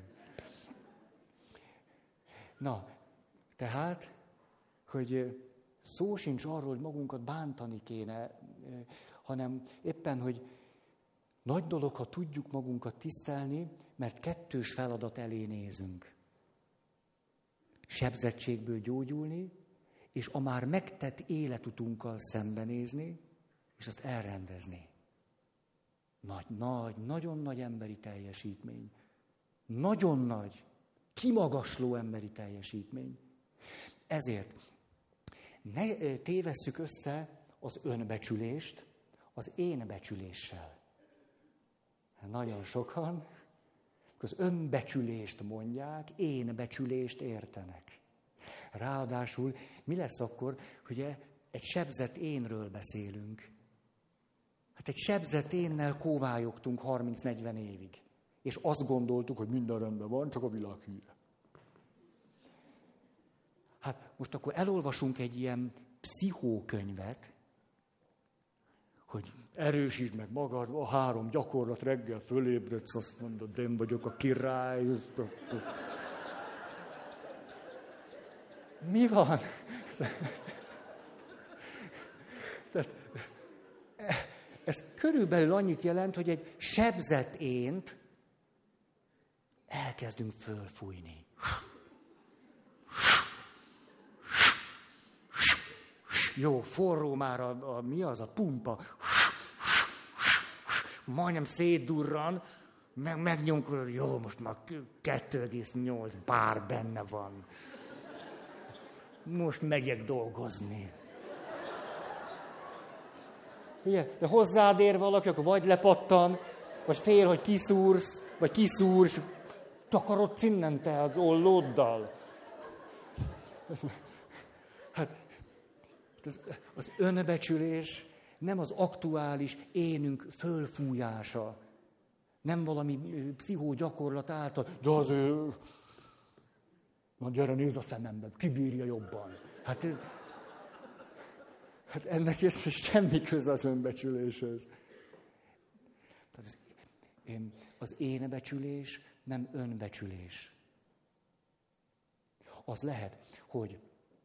Na, tehát, hogy szó sincs arról, hogy magunkat bántani kéne, hanem éppen, hogy nagy dolog, ha tudjuk magunkat tisztelni, mert kettős feladat elé nézünk. Sebzettségből gyógyulni, és a már megtett életutunkkal szembenézni, és azt elrendezni. Nagyon nagy emberi teljesítmény. Nagyon nagy, kimagasló emberi teljesítmény. Ezért ne tévesszük össze az önbecsülést az énbecsüléssel. Nagyon sokan az önbecsülést mondják, énbecsülést értenek. Ráadásul mi lesz akkor, hogy egy sebzett énről beszélünk. Hát egy sebzett énnel kóvályogtunk 30-40 évig. És azt gondoltuk, hogy minden rendben van, csak a világ hülye. Hát most akkor elolvasunk egy ilyen pszichókönyvet, hogy erősítsd meg magad, a 3 gyakorlat, reggel fölébredsz, azt mondod, én vagyok a király. Mi van? Tehát, ez körülbelül annyit jelent, hogy egy sebzett ént elkezdünk fölfújni. Jó, forró már mi az a pumpa. Majdnem szétdurran, megnyomkodod, jó, most már 2,8 bár benne van. Most megyek dolgozni. Ugye, de hozzád ér valaki, akkor vagy lepattan, vagy fél, hogy kiszúrsz, vagy kiszúrsz, takarodsz innen te az ollóddal. Hát, az önbecsülés nem az aktuális énünk fölfújása. Nem valami pszichógyakorlat által, de az na gyere, nézd a szemembe, ki bírja jobban. Hát ennek semmi köze az önbecsüléshez. Az énbecsülés nem önbecsülés. Az lehet, hogy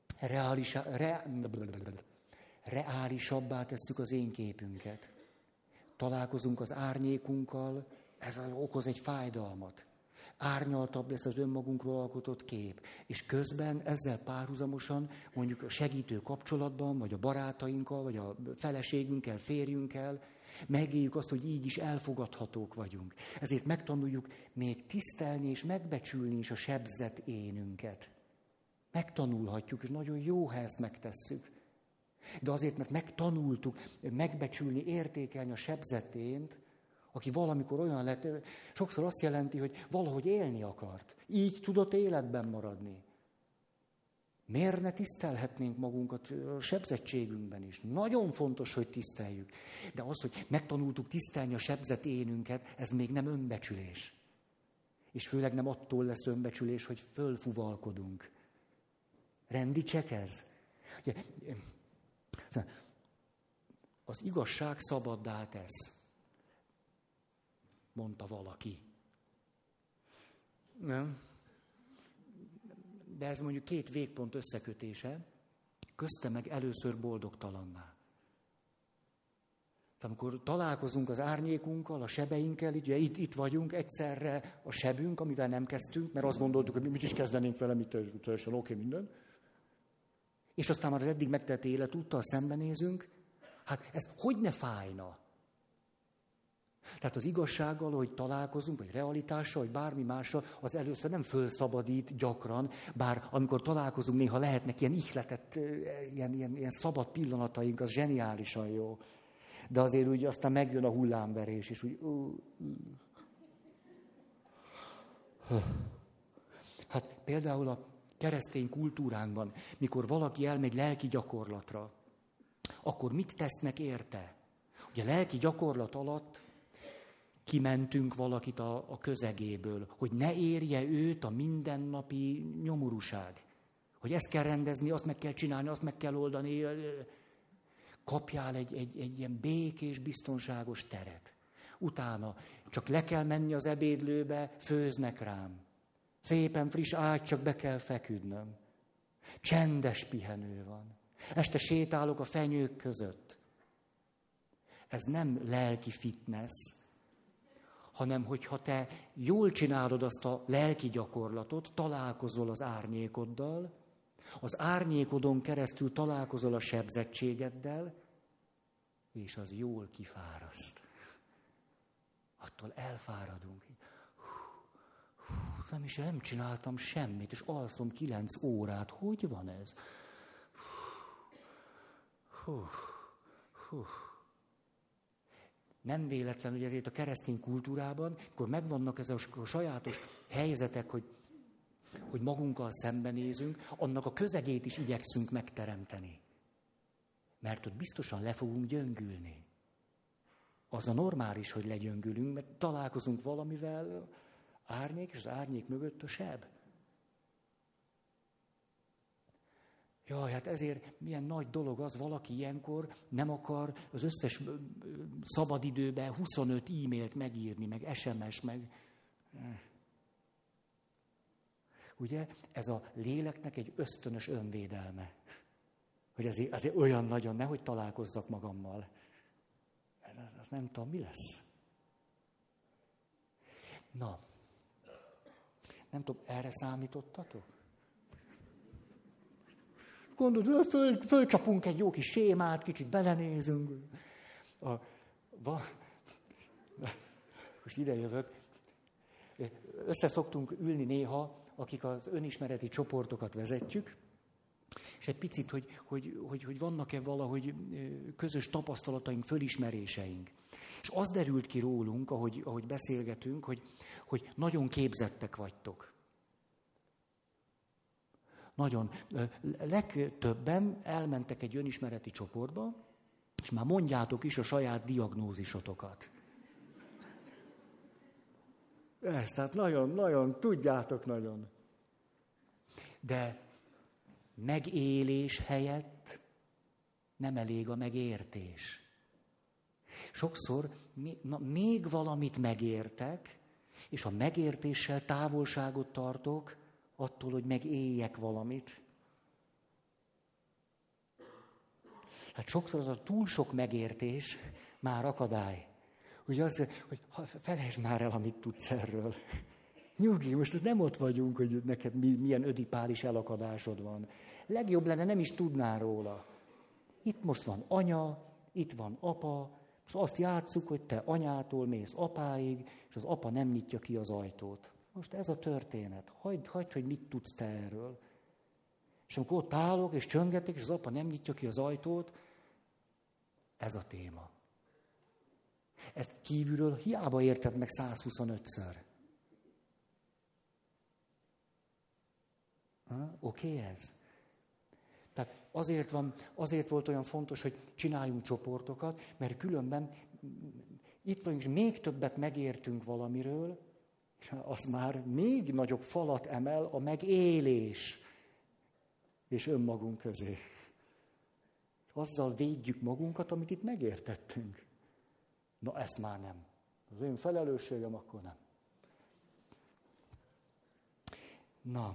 reálisabbá tesszük az én képünket. Találkozunk az árnyékunkkal, ez okoz egy fájdalmat. Árnyaltabb lesz az önmagunkról alkotott kép. És közben ezzel párhuzamosan mondjuk a segítő kapcsolatban, vagy a barátainkkal, vagy a feleségünkkel, férjünkkel megéljük azt, hogy így is elfogadhatók vagyunk. Ezért megtanuljuk még tisztelni és megbecsülni is a sebzett énünket. Megtanulhatjuk, és nagyon jó, ha ezt megtesszük. De azért, mert megtanultuk megbecsülni, értékelni a sebzett ént, aki valamikor olyan lett, sokszor azt jelenti, hogy valahogy élni akart. Így tudott életben maradni. Miért ne tisztelhetnénk magunkat a sebzettségünkben is? Nagyon fontos, hogy tiszteljük. De az, hogy megtanultuk tisztelni a sebzett énünket, ez még nem önbecsülés. És főleg nem attól lesz önbecsülés, hogy fölfuvalkodunk. Rendi csek ez? Ugye, az igazság szabaddá tesz, mondta valaki. Nem? De ez mondjuk 2 végpont összekötése, közte meg először boldogtalanná. Amikor találkozunk az árnyékunkkal, a sebeinkkel, ugye itt vagyunk, egyszerre a sebünk, amivel nem kezdtünk, mert azt gondoltuk, hogy mit is kezdenénk vele, mit teljesen oké minden. És aztán már az eddig megtett életúttal szembenézünk, hát ez hogy ne fájna? Tehát az igazsággal, hogy találkozunk, vagy realitással, vagy bármi mással, az először nem fölszabadít gyakran, bár amikor találkozunk, néha lehetnek ilyen ihletett, ilyen szabad pillanataink, az zseniálisan jó. De azért úgy aztán megjön a hullámverés, és úgy... Hát például a keresztény kultúránkban, mikor valaki elmegy lelki gyakorlatra, akkor mit tesznek érte? Ugye lelki gyakorlat alatt kimentünk valakit a közegéből, hogy ne érje őt a mindennapi nyomorúság. Hogy ezt kell rendezni, azt meg kell csinálni, azt meg kell oldani. Kapjál egy ilyen békés, biztonságos teret. Utána csak le kell menni az ebédlőbe, főznek rám. Szépen friss ágy, csak be kell feküdnöm. Csendes pihenő van. Este sétálok a fenyők között. Ez nem lelki fitness, hanem hogyha te jól csinálod azt a lelki gyakorlatot, találkozol az árnyékoddal, az árnyékodon keresztül találkozol a sebzettségeddel, és az jól kifáraszt. Attól elfáradunk. Nem csináltam semmit, és alszom 9 órát. Hogy van ez? Nem véletlen, hogy ezért a keresztény kultúrában, akkor megvannak ezek a sajátos helyzetek, hogy magunkkal szembenézünk, annak a közegét is igyekszünk megteremteni. Mert ott biztosan le fogunk gyöngülni. Az a normális, hogy legyöngülünk, mert találkozunk valamivel, árnyék, és az árnyék mögött a seb. Jaj, hát ezért milyen nagy dolog az, valaki ilyenkor nem akar az összes szabadidőben 25 e-mailt megírni, meg SMS, meg... Ugye, ez a léleknek egy ösztönös önvédelme. Hogy azért olyan nagyon, nehogy találkozzak magammal. Az nem tudom, mi lesz. Na, nem tudom, erre számítottatok? Gondolod, fölcsapunk egy jó kis sémát, kicsit belenézünk. Most ide jövök. Össze szoktunk ülni néha, akik az önismereti csoportokat vezetjük, és egy picit, hogy vannak-e valahogy közös tapasztalataink, fölismeréseink. És az derült ki rólunk, ahogy beszélgetünk, hogy nagyon képzettek vagytok. Nagyon. Legtöbben elmentek egy önismereti csoportba, és már mondjátok is a saját diagnózisotokat. Ezt, tehát nagyon, tudjátok nagyon. De megélés helyett nem elég a megértés. Sokszor még valamit megértek, és a megértéssel távolságot tartok attól, hogy megéljek valamit. Hát sokszor az a túl sok megértés már akadály. Ugye az, hogy felejtsd már el, amit tudsz erről. Nyugi, most nem ott vagyunk, hogy neked milyen ödipális elakadásod van. Legjobb lenne, nem is tudnál róla. Itt most van anya, itt van apa, és azt játsszuk, hogy te anyától mész apáig, és az apa nem nyitja ki az ajtót. Most ez a történet. Hagyd, hogy mit tudsz te erről. És amikor ott állok, és csöngetek, és az apa nem nyitja ki az ajtót, ez a téma. Ezt kívülről hiába érted meg 125-ször. Oké ez? Tehát azért volt olyan fontos, hogy csináljunk csoportokat, mert különben itt vagyunk, és még többet megértünk valamiről, és az már még nagyobb falat emel a megélés és önmagunk közé. Azzal védjük magunkat, amit itt megértettünk. Na, ezt már nem. Az én felelősségem akkor nem. Na.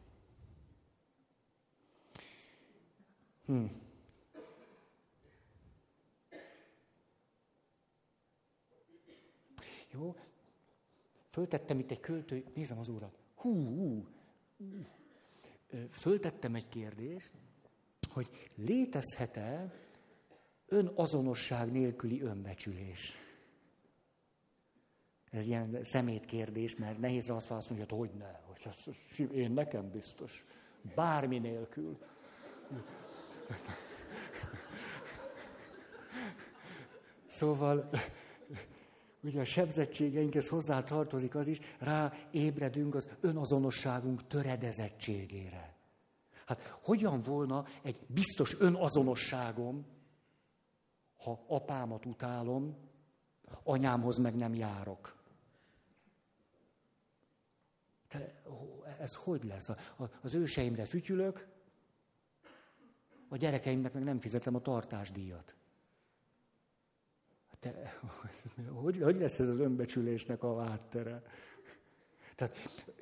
Jó. Föltettem itt egy költő, nézem az órat. Föltettem egy kérdést, hogy létezhet-e önazonosság nélküli önbecsülés? Ez ilyen szemétkérdés, mert nehéz rá azt válaszolni, hogy ne, hogy én nekem biztos. Bármi nélkül. Szóval, ugye a sebzettségeinkhez hozzá tartozik az is, rá ébredünk az önazonosságunk töredezettségére. Hát hogyan volna egy biztos önazonosságom, ha apámat utálom, anyámhoz meg nem járok? Ez hogy lesz? Az őseimre fütyülök, a gyerekeimnek meg nem fizetem a tartásdíjat. Hogy lesz ez az önbecsülésnek a háttere? Tehát,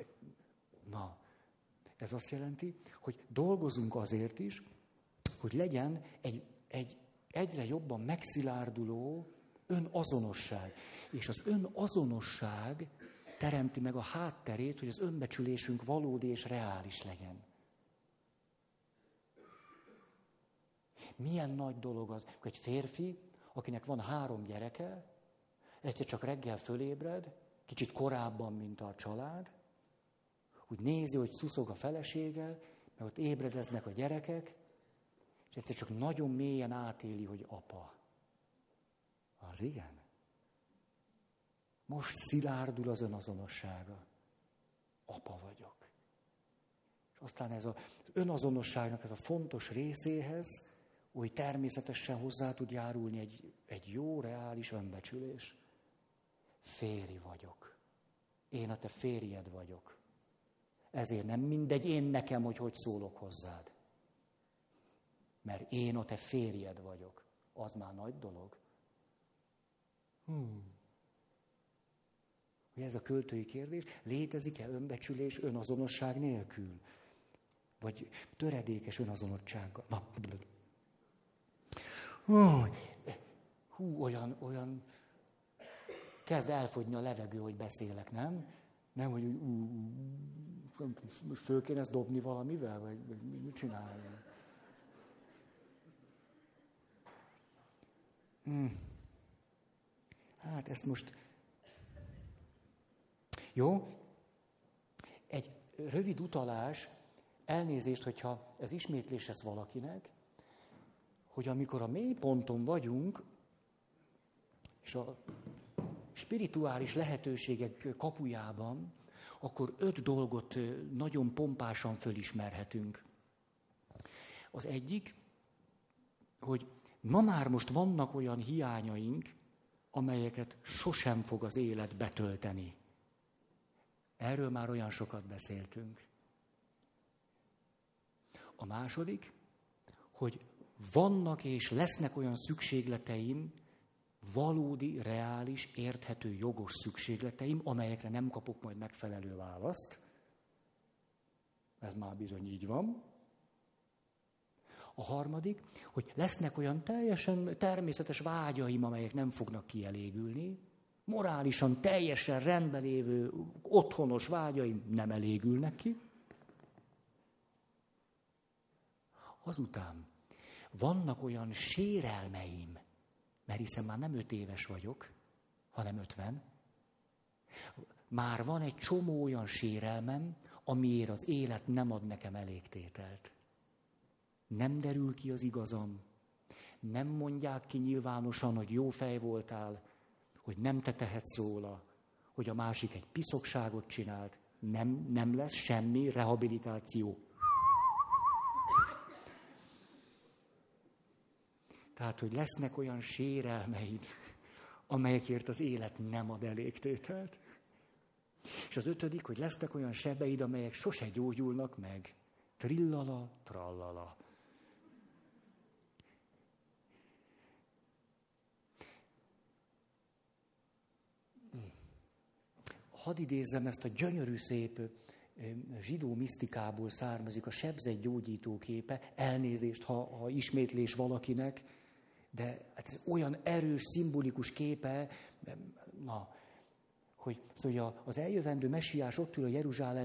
ez azt jelenti, hogy dolgozunk azért is, hogy legyen egy egyre jobban megszilárduló önazonosság. És az önazonosság teremti meg a hátterét, hogy az önbecsülésünk valódi és reális legyen. Milyen nagy dolog az, hogy egy férfi, akinek van 3 gyereke, egyszer csak reggel fölébred, kicsit korábban, mint a család, úgy nézi, hogy szuszog a felesége, meg ott ébredeznek a gyerekek, és egyszer csak nagyon mélyen átéli, hogy apa. Az igen. Most szilárdul az önazonossága. Apa vagyok. És aztán ez az önazonosságnak ez a fontos részéhez úgy természetesen hozzá tud járulni egy jó, reális önbecsülés. Férj vagyok. Én a te férjed vagyok. Ezért nem mindegy én nekem, hogy szólok hozzád. Mert én a te férjed vagyok. Az már nagy dolog. Hogy ez a költői kérdés, létezik-e önbecsülés önazonosság nélkül? Vagy töredékes önazonossággal? Olyan kezd elfogyni a levegő, hogy beszélek, nem? Nem, hogy föl kéne ezt dobni valamivel, vagy mit csináljam? Hát ezt most... Jó? Egy rövid utalás, elnézést, hogyha ez ismétlés lesz valakinek, hogy amikor a mélyponton vagyunk, és a spirituális lehetőségek kapujában, akkor 5 dolgot nagyon pompásan fölismerhetünk. Az egyik, hogy ma már most vannak olyan hiányaink, amelyeket sosem fog az élet betölteni. Erről már olyan sokat beszéltünk. A második, hogy vannak és lesznek olyan szükségleteim, valódi, reális, érthető, jogos szükségleteim, amelyekre nem kapok majd megfelelő választ. Ez már bizony így van. A harmadik, hogy lesznek olyan teljesen természetes vágyaim, amelyek nem fognak kielégülni, morálisan teljesen rendben lévő, otthonos vágyaim nem elégülnek ki. Azután vannak olyan sérelmeim, mert hiszen már nem 5 éves vagyok, hanem 50. Már van egy csomó olyan sérelmem, amiért az élet nem ad nekem elégtételt. Nem derül ki az igazam, nem mondják ki nyilvánosan, hogy jó fej voltál, hogy nem te tehetsz róla, hogy a másik egy piszokságot csinált, nem lesz semmi rehabilitáció. Tehát, hogy lesznek olyan sérelmeid, amelyekért az élet nem ad elégtételt. És az 5., hogy lesznek olyan sebeid, amelyek sose gyógyulnak meg. Trillala, trallala. Hadd idézzem ezt a gyönyörű szép zsidó misztikából származik a sebzett gyógyító képe, elnézést, ha ismétlés valakinek, de ez olyan erős, szimbolikus képe, hogy szóval az eljövendő messiás ott ül a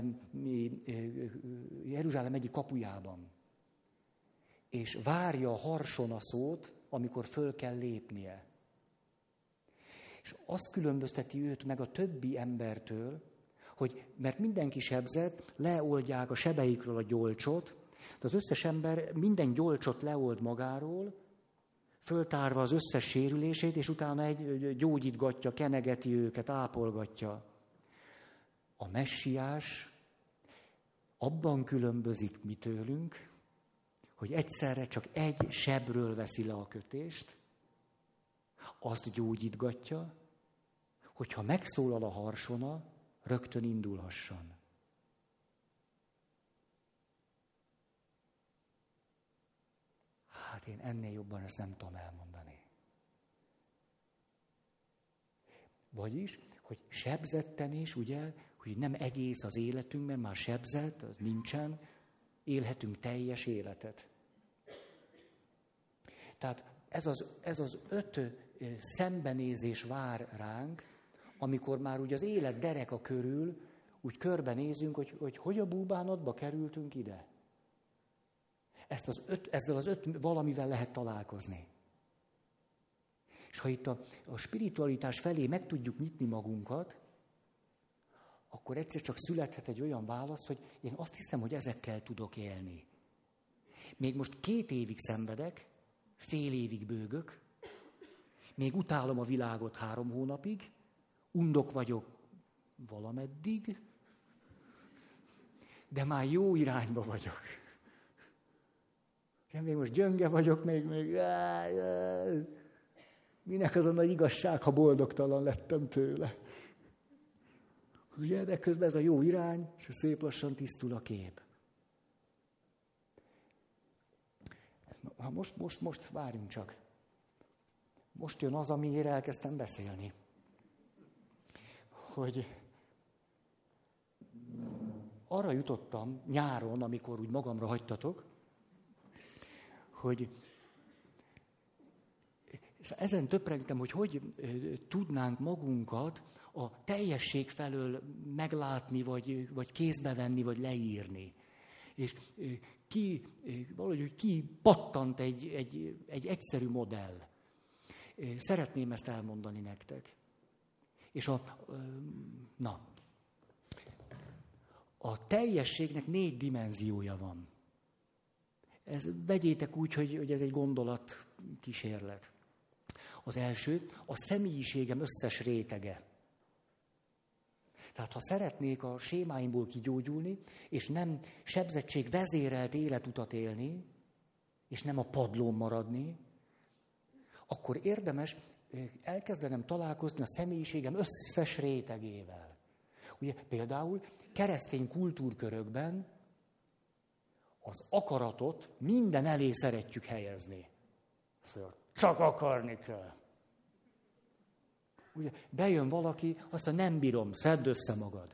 Jeruzsálem egyik kapujában, és várja a harsonaszót, amikor föl kell lépnie. És azt különbözteti őt meg a többi embertől, hogy mert mindenki sebzett, leoldják a sebeikről a gyolcsot, de az összes ember minden gyolcsot leold magáról, föltárva az összes sérülését, és utána gyógyítgatja, kenegeti őket, ápolgatja. A messiás abban különbözik mi tőlünk, hogy egyszerre csak egy sebről veszi le a kötést, azt gyógyítgatja, hogyha megszólal a harsona, rögtön indulhasson. Hát én ennél jobban ezt nem tudom elmondani. Vagyis, hogy sebzetten is, ugye, hogy nem egész az életünkben, már sebzett, az nincsen, élhetünk teljes életet. Tehát ez az 5 szembenézés vár ránk, amikor már úgy az élet dereka körül úgy körbenézünk, hogy a búbánatba kerültünk ide. Ezzel az 5 valamivel lehet találkozni. És ha itt a spiritualitás felé meg tudjuk nyitni magunkat, akkor egyszer csak születhet egy olyan válasz, hogy én azt hiszem, hogy ezekkel tudok élni. Még most 2 évig szenvedek, fél évig bőgök, még utálom a világot 3 hónapig, undok vagyok valameddig, de már jó irányba vagyok. Én még most gyönge vagyok, még minek az a nagy igazság, ha boldogtalan lettem tőle. Ugye, de közben ez a jó irány, és szép lassan tisztul a kép. Most várjunk csak. Most jön az, amiért elkezdtem beszélni. Hogy arra jutottam nyáron, amikor úgy magamra hagytatok, hogy ezen töprengtem, hogy tudnánk magunkat a teljesség felől meglátni, vagy kézbe venni, vagy leírni. És valahogy kipattant egy egyszerű modell. Szeretném ezt elmondani nektek. És a teljességnek 4 dimenziója van. Vegyétek úgy, hogy ez egy gondolatkísérlet. Az első, a személyiségem összes rétege. Tehát ha szeretnék a sémáimból kigyógyulni, és nem sebzettség vezérelt életutat élni, és nem a padlón maradni, akkor érdemes elkezdenem találkozni a személyiségem összes rétegével. Ugye például keresztény kultúrkörökben az akaratot minden elé szeretjük helyezni. Szóval csak akarni kell. Ugye bejön valaki, azt mondja, nem bírom, szedd össze magad.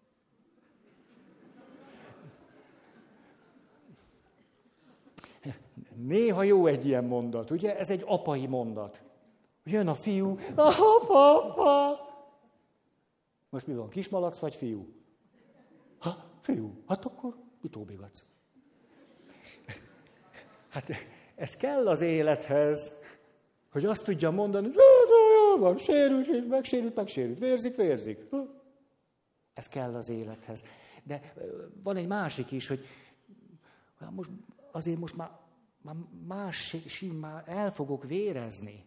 Néha jó egy ilyen mondat, ugye? Ez egy apai mondat. Jön a fiú, apa. Most mi van, kismalac vagy fiú? Fiú, hát akkor utóbbigatsz. Hát ez kell az élethez, hogy azt tudja mondani, hogy jó van, sérült, megsérült, vérzik. Ez kell az élethez. De van egy másik is, hogy most már már el fogok vérezni.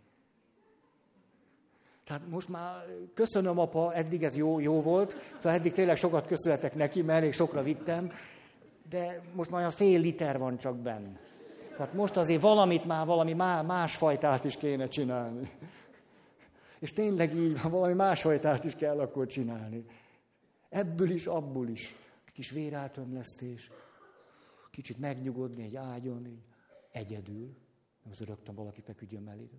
Tehát most már köszönöm, apa, eddig ez jó volt, szóval eddig tényleg sokat köszönhetek neki, mert elég sokra vittem, de most már olyan fél liter van csak benne. Tehát most azért valami másfajtát is kéne csinálni. És tényleg így van, valami másfajtát is kell akkor csinálni. Ebből is, abból is. Kis vérátömlesztés, kicsit megnyugodni egy ágyon, így egyedül. Nem az rögtön valaki feküdjön mellé.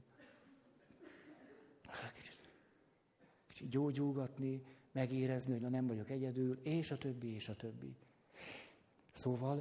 Kicsit gyógyulgatni, megérezni, hogy nem vagyok egyedül, és a többi. Szóval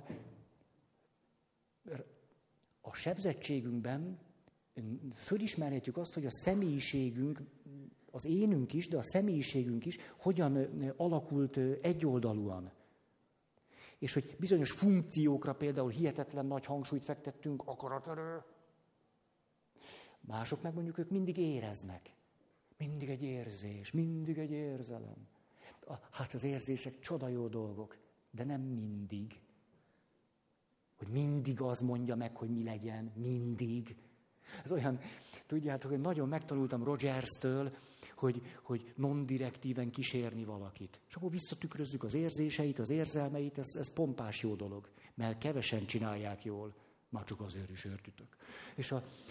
a sebzettségünkben fölismerhetjük azt, hogy a személyiségünk, az énünk is, de a személyiségünk is hogyan alakult egyoldalúan. És hogy bizonyos funkciókra például hihetetlen nagy hangsúlyt fektettünk, akaraterő. Mások meg mondjuk ők mindig éreznek. Mindig egy érzés, mindig egy érzelem. Hát az érzések csoda jó dolgok, de nem mindig. Hogy mindig az mondja meg, hogy mi legyen, mindig. Ez olyan, tudjátok, hogy nagyon megtanultam Rogerstől, hogy non-direktíven kísérni valakit. És akkor visszatükrözzük az érzéseit, az érzelmeit, ez pompás jó dolog. Mert kevesen csinálják jól. Már csak azért is értitek. És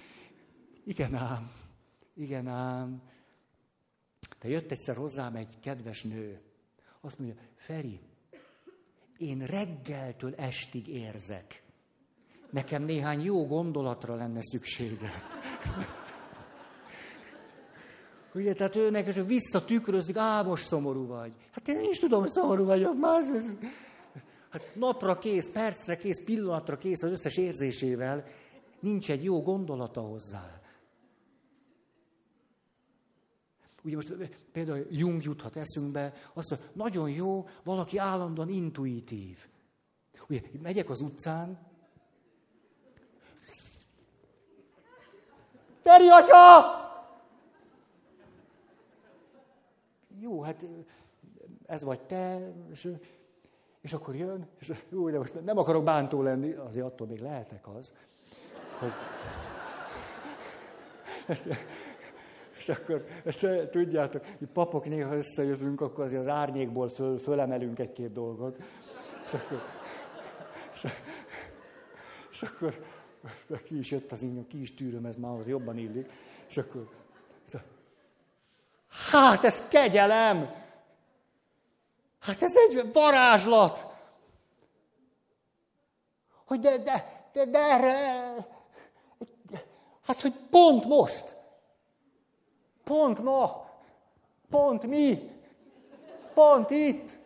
igen ám. De jött egyszer hozzám egy kedves nő. Azt mondja, Feri, én reggeltől estig érzek. Nekem néhány jó gondolatra lenne szükségem. Ugye, tehát őnek is visszatükrözik, most szomorú vagy. Hát én is tudom, hogy szomorú vagyok. Hát napra kész, percre kész, pillanatra kész az összes érzésével. Nincs egy jó gondolata hozzá. Ugye most például Jung juthat eszünkbe, azt mondja, nagyon jó, valaki állandóan intuitív. Ugye, megyek az utcán, Feri atya! Jó, hát ez vagy te, és akkor jön, és jó, de most nem akarok bántó lenni, azért attól még lehetek az, hogy... És akkor, tudjátok, hogy papok néha összejövünk, akkor azért az árnyékból fölemelünk egy-két dolgot. És akkor ki is jött az ingem, ki is tűröm, ez már az jobban illik. És akkor... Hát ez kegyelem! Hát ez egy varázslat! Hogy de erre... Hát, hogy pont most... Pont ma, pont mi, pont itt.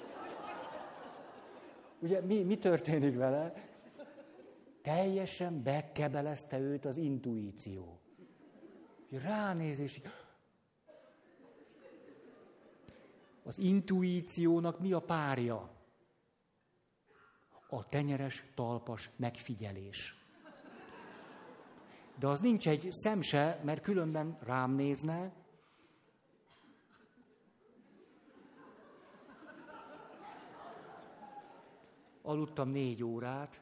Ugye mi történik vele? Teljesen bekebelezte őt az intuíció. Ránéz és az intuíciónak mi a párja? A tenyeres, talpas megfigyelés. De az nincs egy szem se, mert különben rám nézne. Aludtam 4 órát.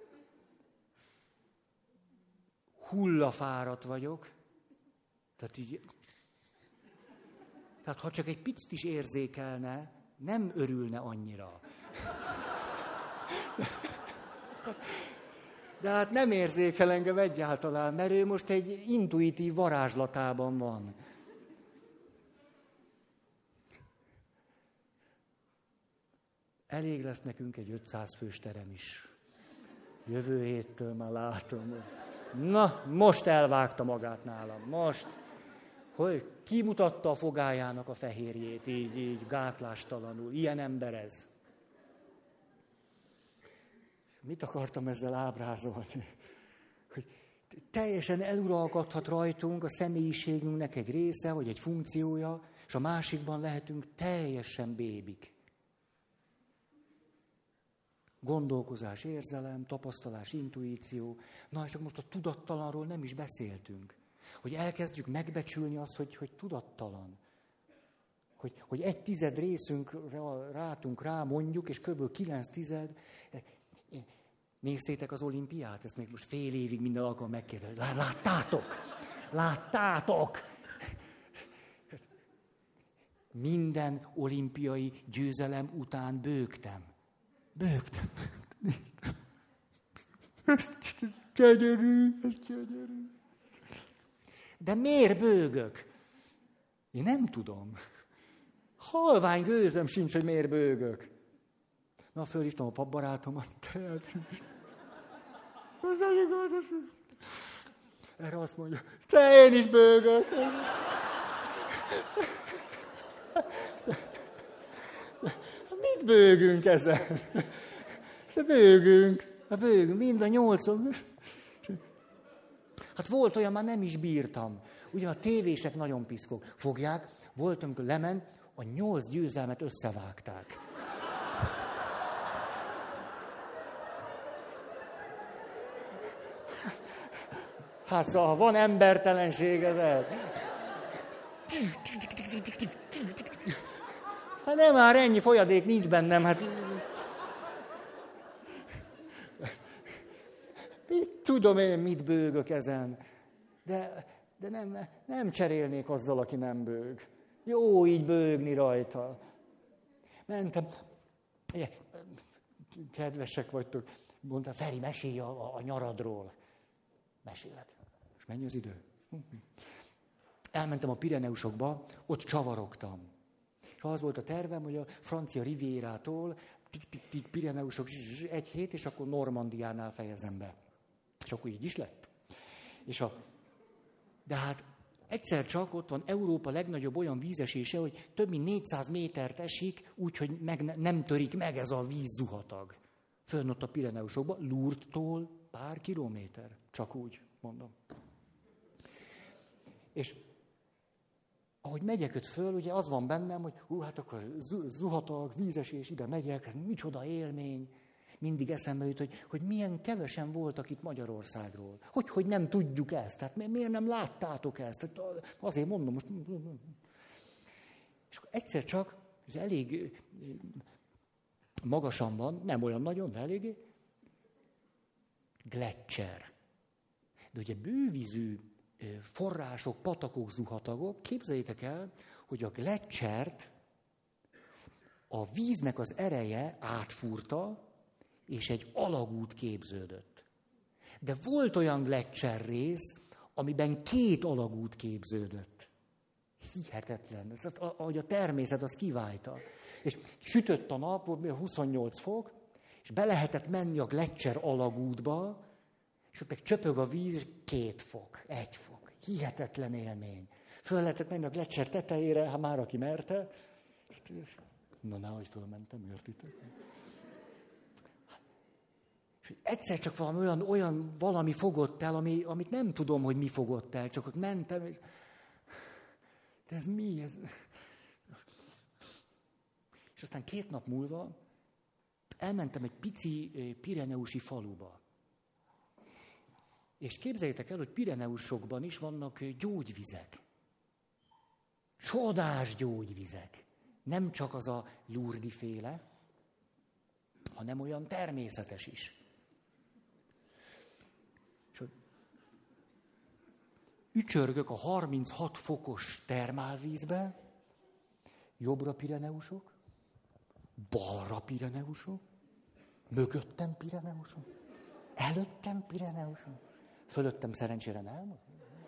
Hullafáradt vagyok. Tehát ha csak egy picit is érzékelne, nem örülne annyira. De hát nem érzékel engem egyáltalán, mert ő most egy intuitív varázslatában van. Elég lesz nekünk egy 500 fős terem is. Jövő héttől már látom. Na, most elvágta magát nálam. Most. Hogy kimutatta a fogájának a fehérjét, így gátlástalanul. Ilyen ember ez. Mit akartam ezzel ábrázolni? Hogy teljesen eluralkodhat rajtunk a személyiségünknek egy része, vagy egy funkciója, és a másikban lehetünk teljesen bébik. Gondolkozás, érzelem, tapasztalás, intuíció. Na, és most a tudattalanról nem is beszéltünk. Hogy elkezdjük megbecsülni azt, hogy tudattalan. Hogy 1/10 részünkre rátunk rá mondjuk, és kb. 9/10. Néztétek az olimpiát? Ezt még most fél évig minden alkalommal megkérdezik. Láttátok? Láttátok? Minden olimpiai győzelem után bőgtem. Ez gyönyörű. De miért bőgök? Én nem tudom. Halvány gőzöm sincs, hogy miért bőgök. Na, fölhívtam a papbarátomat. Erre azt mondja, én is bőgök. Mit bőgünk ezen? Bőgünk, mind a 8. Hát volt olyan, már nem is bírtam. Ugye a tévések nagyon piszkok. Fogják, volt, amikor lement, a 8 győzelmet összevágták. Hát szóval, ha van embertelenség ezen. Hát nem már ennyi folyadék nincs bennem, hát... Mit tudom én, mit bőgök ezen? De nem cserélnék azzal, aki nem bőg. Jó így bőgni rajta. Mentem. Kedvesek vagytok. Mondta, Feri, mesélj a nyaradról. Mesélek. És mennyi az idő? Elmentem a Pireneusokba, ott csavarogtam. És az volt a tervem, hogy a francia Rivierától tik-tik-tik Pireneusok egy hét, és akkor Normandiánál fejezem be. És akkor így is lett. De hát egyszer csak ott van Európa legnagyobb olyan vízesése, hogy több mint 400 métert esik, úgyhogy nem törik meg ez a vízzuhatag. Fönn ott a Pireneusokban, Lourdes-tól pár kilométer. Csak úgy mondom. És ahogy megyek ott föl, ugye az van bennem, hogy hát akkor zuhatag, vízesés, ide megyek, ez micsoda élmény. Mindig eszembe jut, hogy milyen kevesen voltak itt Magyarországról. Hogy nem tudjuk ezt, tehát miért nem láttátok ezt? Tehát azért mondom most. És akkor egyszer csak, ez elég magasan van, nem olyan nagyon, de eléggé, gletszer. De ugye bővízű források, patakok, zuhatagok, képzeljétek el, hogy a gletszert a víznek az ereje átfúrta, és egy alagút képződött. De volt olyan gletszer rész, amiben 2 alagút képződött. Hihetetlen. Ez, ahogy a természet az kiválta. És sütött a nap, 28 fok, és be lehetett menni a gletszer alagútba, és ott meg csöpög a víz, és 2 fok, 1 fok. Hihetetlen élmény. Föl lehetett menni a gletszer tetejére, ha már aki merte. Na, nehogy fölmentem, értitek? És egyszer csak valami fogott el, amit nem tudom, hogy mi fogott el, csak ott mentem, és... De ez mi? És aztán 2 nap múlva elmentem egy pici pireneusi faluba. És képzeljétek el, hogy Pireneusokban is vannak gyógyvizek. Csodás gyógyvizek. Nem csak az a Lourdes féle, hanem olyan természetes is. És ücsörgök a 36 fokos termálvízbe, jobbra Pireneusok, balra Pireneusok, mögöttem Pireneusok, előttem Pireneusok, fölöttem szerencsére nem.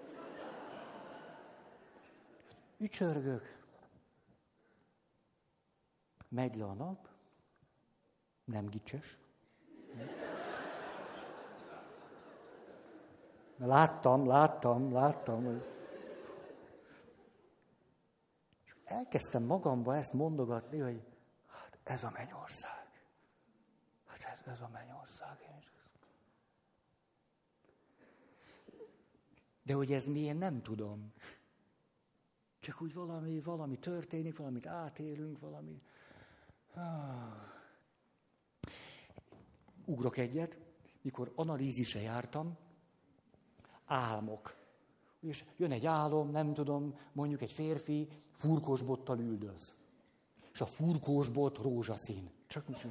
Ücsörgök, megy le a nap, nem gicses. Láttam, hogy... És elkezdtem magamba ezt mondogatni, hogy hát ez a mennyország. Hát ez a mennyország. De hogy ez milyen, nem tudom. Csak úgy valami történik, valamit átélünk, valami... Ugrok egyet, mikor analízisre jártam, álmok. És jön egy álom, nem tudom, mondjuk egy férfi furkósbottal üldöz. És a furkósbot rózsaszín. Csak most...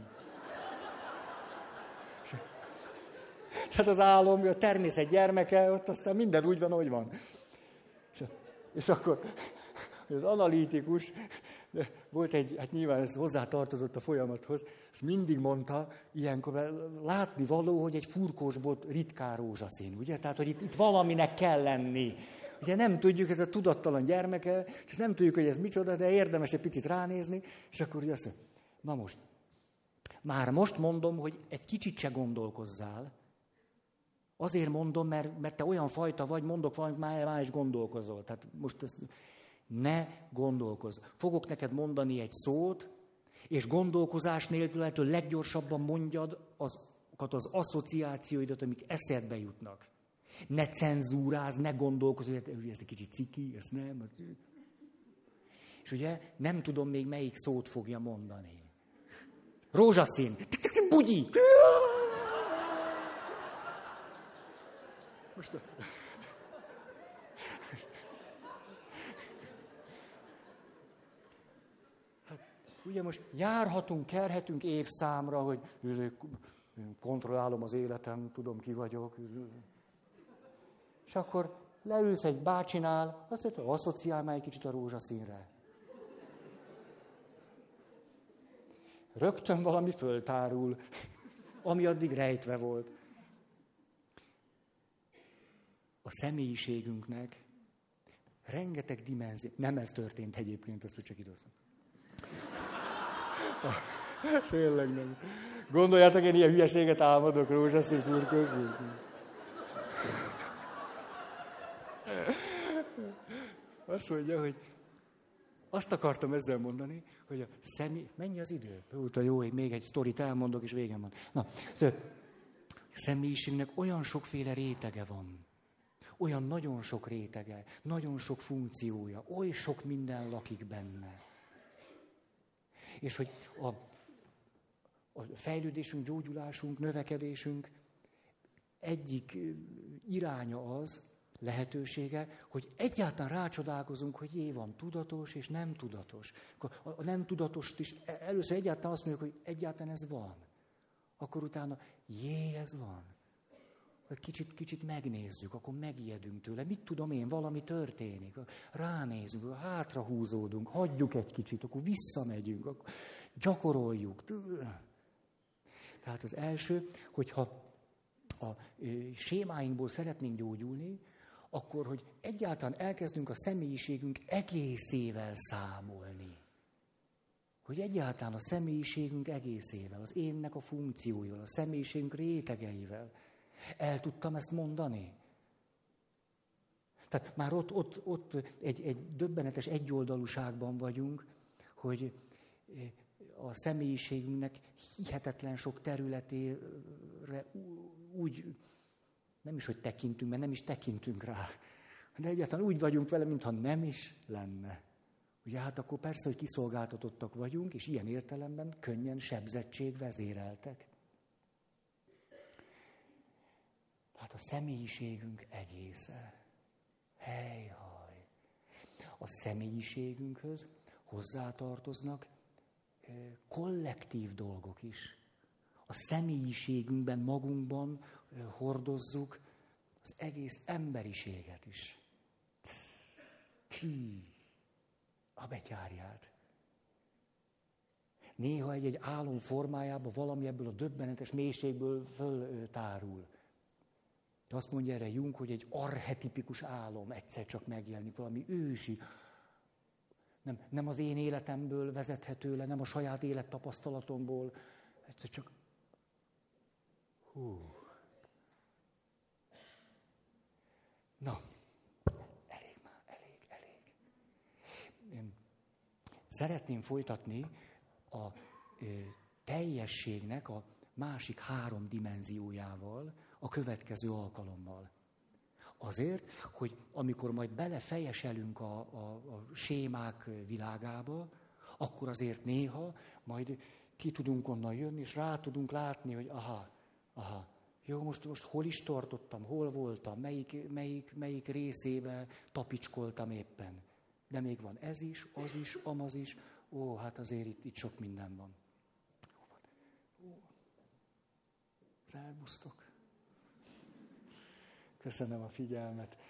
Tehát az álom, a természet gyermeke, ott aztán minden úgy van, ahogy van. És akkor az analitikus, de volt egy, hát nyilván ez hozzátartozott a folyamathoz, ezt mindig mondta, ilyenkor látni való, hogy egy furkósbot ritkán rózsaszín, ugye? Tehát, hogy itt valaminek kell lenni. Ugye nem tudjuk, ez a tudattalan gyermeke, és nem tudjuk, hogy ez micsoda, de érdemes egy picit ránézni, és akkor ugye azt mondja, na most, már most mondom, hogy egy kicsit se gondolkozzál. Azért mondom, mert te olyan fajta vagy, mondok valamit, már is gondolkozol. Tehát most ezt ne gondolkozz. Fogok neked mondani egy szót, és gondolkozás nélkül lehető leggyorsabban mondjad azokat az asszociációidat, amik eszedbe jutnak. Ne cenzúrázz, ne gondolkozz, hogy ez egy kicsit ciki, ez nem. És ugye nem tudom még melyik szót fogja mondani. Rózsaszín. Bugyi. Most... Hát, ugye most járhatunk, kerhetünk évszámra, hogy kontrollálom az életem, tudom ki vagyok. És akkor leülsz egy bácsinál, azt mondja, asszociál már egy kicsit a rózsaszínre. Rögtön valami föltárul, ami addig rejtve volt. A személyiségünknek rengeteg dimenzió. Nem ez történt egyébként, azt csak idézem. Tényleg nem. Gondoljátok, én ilyen hülyeséget álmodok rózsaszín úr közben. Azt mondja, hogy azt akartam ezzel mondani, hogy a mennyi az idő? Jó, hogy még egy sztorit elmondok, és végem van. Na, szóval a személyiségnek olyan sokféle rétege van. Olyan nagyon sok rétege, nagyon sok funkciója, oly sok minden lakik benne. És hogy a fejlődésünk, gyógyulásunk, növekedésünk egyik iránya az, lehetősége, hogy egyáltalán rácsodálkozunk, hogy van tudatos és nem tudatos. A nem tudatost is először egyáltalán azt mondjuk, hogy egyáltalán ez van. Akkor utána, ez van. Kicsit megnézzük, akkor megijedünk tőle. Mit tudom én, valami történik. Ránézünk, hátrahúzódunk, hagyjuk egy kicsit, akkor visszamegyünk, akkor gyakoroljuk. Tehát az első, hogyha a sémáinkból szeretnénk gyógyulni, akkor, hogy egyáltalán elkezdünk a személyiségünk egészével számolni. Hogy egyáltalán a személyiségünk egészével, az énnek a funkcióival, a személyiségünk rétegeivel. El tudtam ezt mondani? Tehát már ott egy döbbenetes egyoldalúságban vagyunk, hogy a személyiségünknek hihetetlen sok területére úgy, nem is, hogy tekintünk, mert nem is tekintünk rá, de egyáltalán úgy vagyunk vele, mintha nem is lenne. Ugye hát akkor persze, hogy kiszolgáltatottak vagyunk, és ilyen értelemben könnyen sebzettség vezéreltek. Hát a személyiségünk egésze. Hely-haj. A személyiségünkhöz hozzátartoznak kollektív dolgok is. A személyiségünkben, magunkban hordozzuk az egész emberiséget is. A betyárját. Néha egy álom formájában valami ebből a döbbenetes mélységből föltárul. De azt mondja erre Jung, hogy egy archetipikus álom egyszer csak megjelenik, valami ősi. Nem az én életemből vezethető le, nem a saját élettapasztalatomból. Egyszer csak... Na, elég. Szeretném folytatni a teljességnek a másik 3 dimenziójával, a következő alkalommal. Azért, hogy amikor majd belefejeselünk a sémák világába, akkor azért néha majd ki tudunk onnan jönni, és rá tudunk látni, hogy aha, jó, most hol is tartottam, hol voltam, melyik részébe tapicskoltam éppen. De még van ez is, az is, amaz is. Hát azért itt sok minden van. Szervusztok! Köszönöm a figyelmet.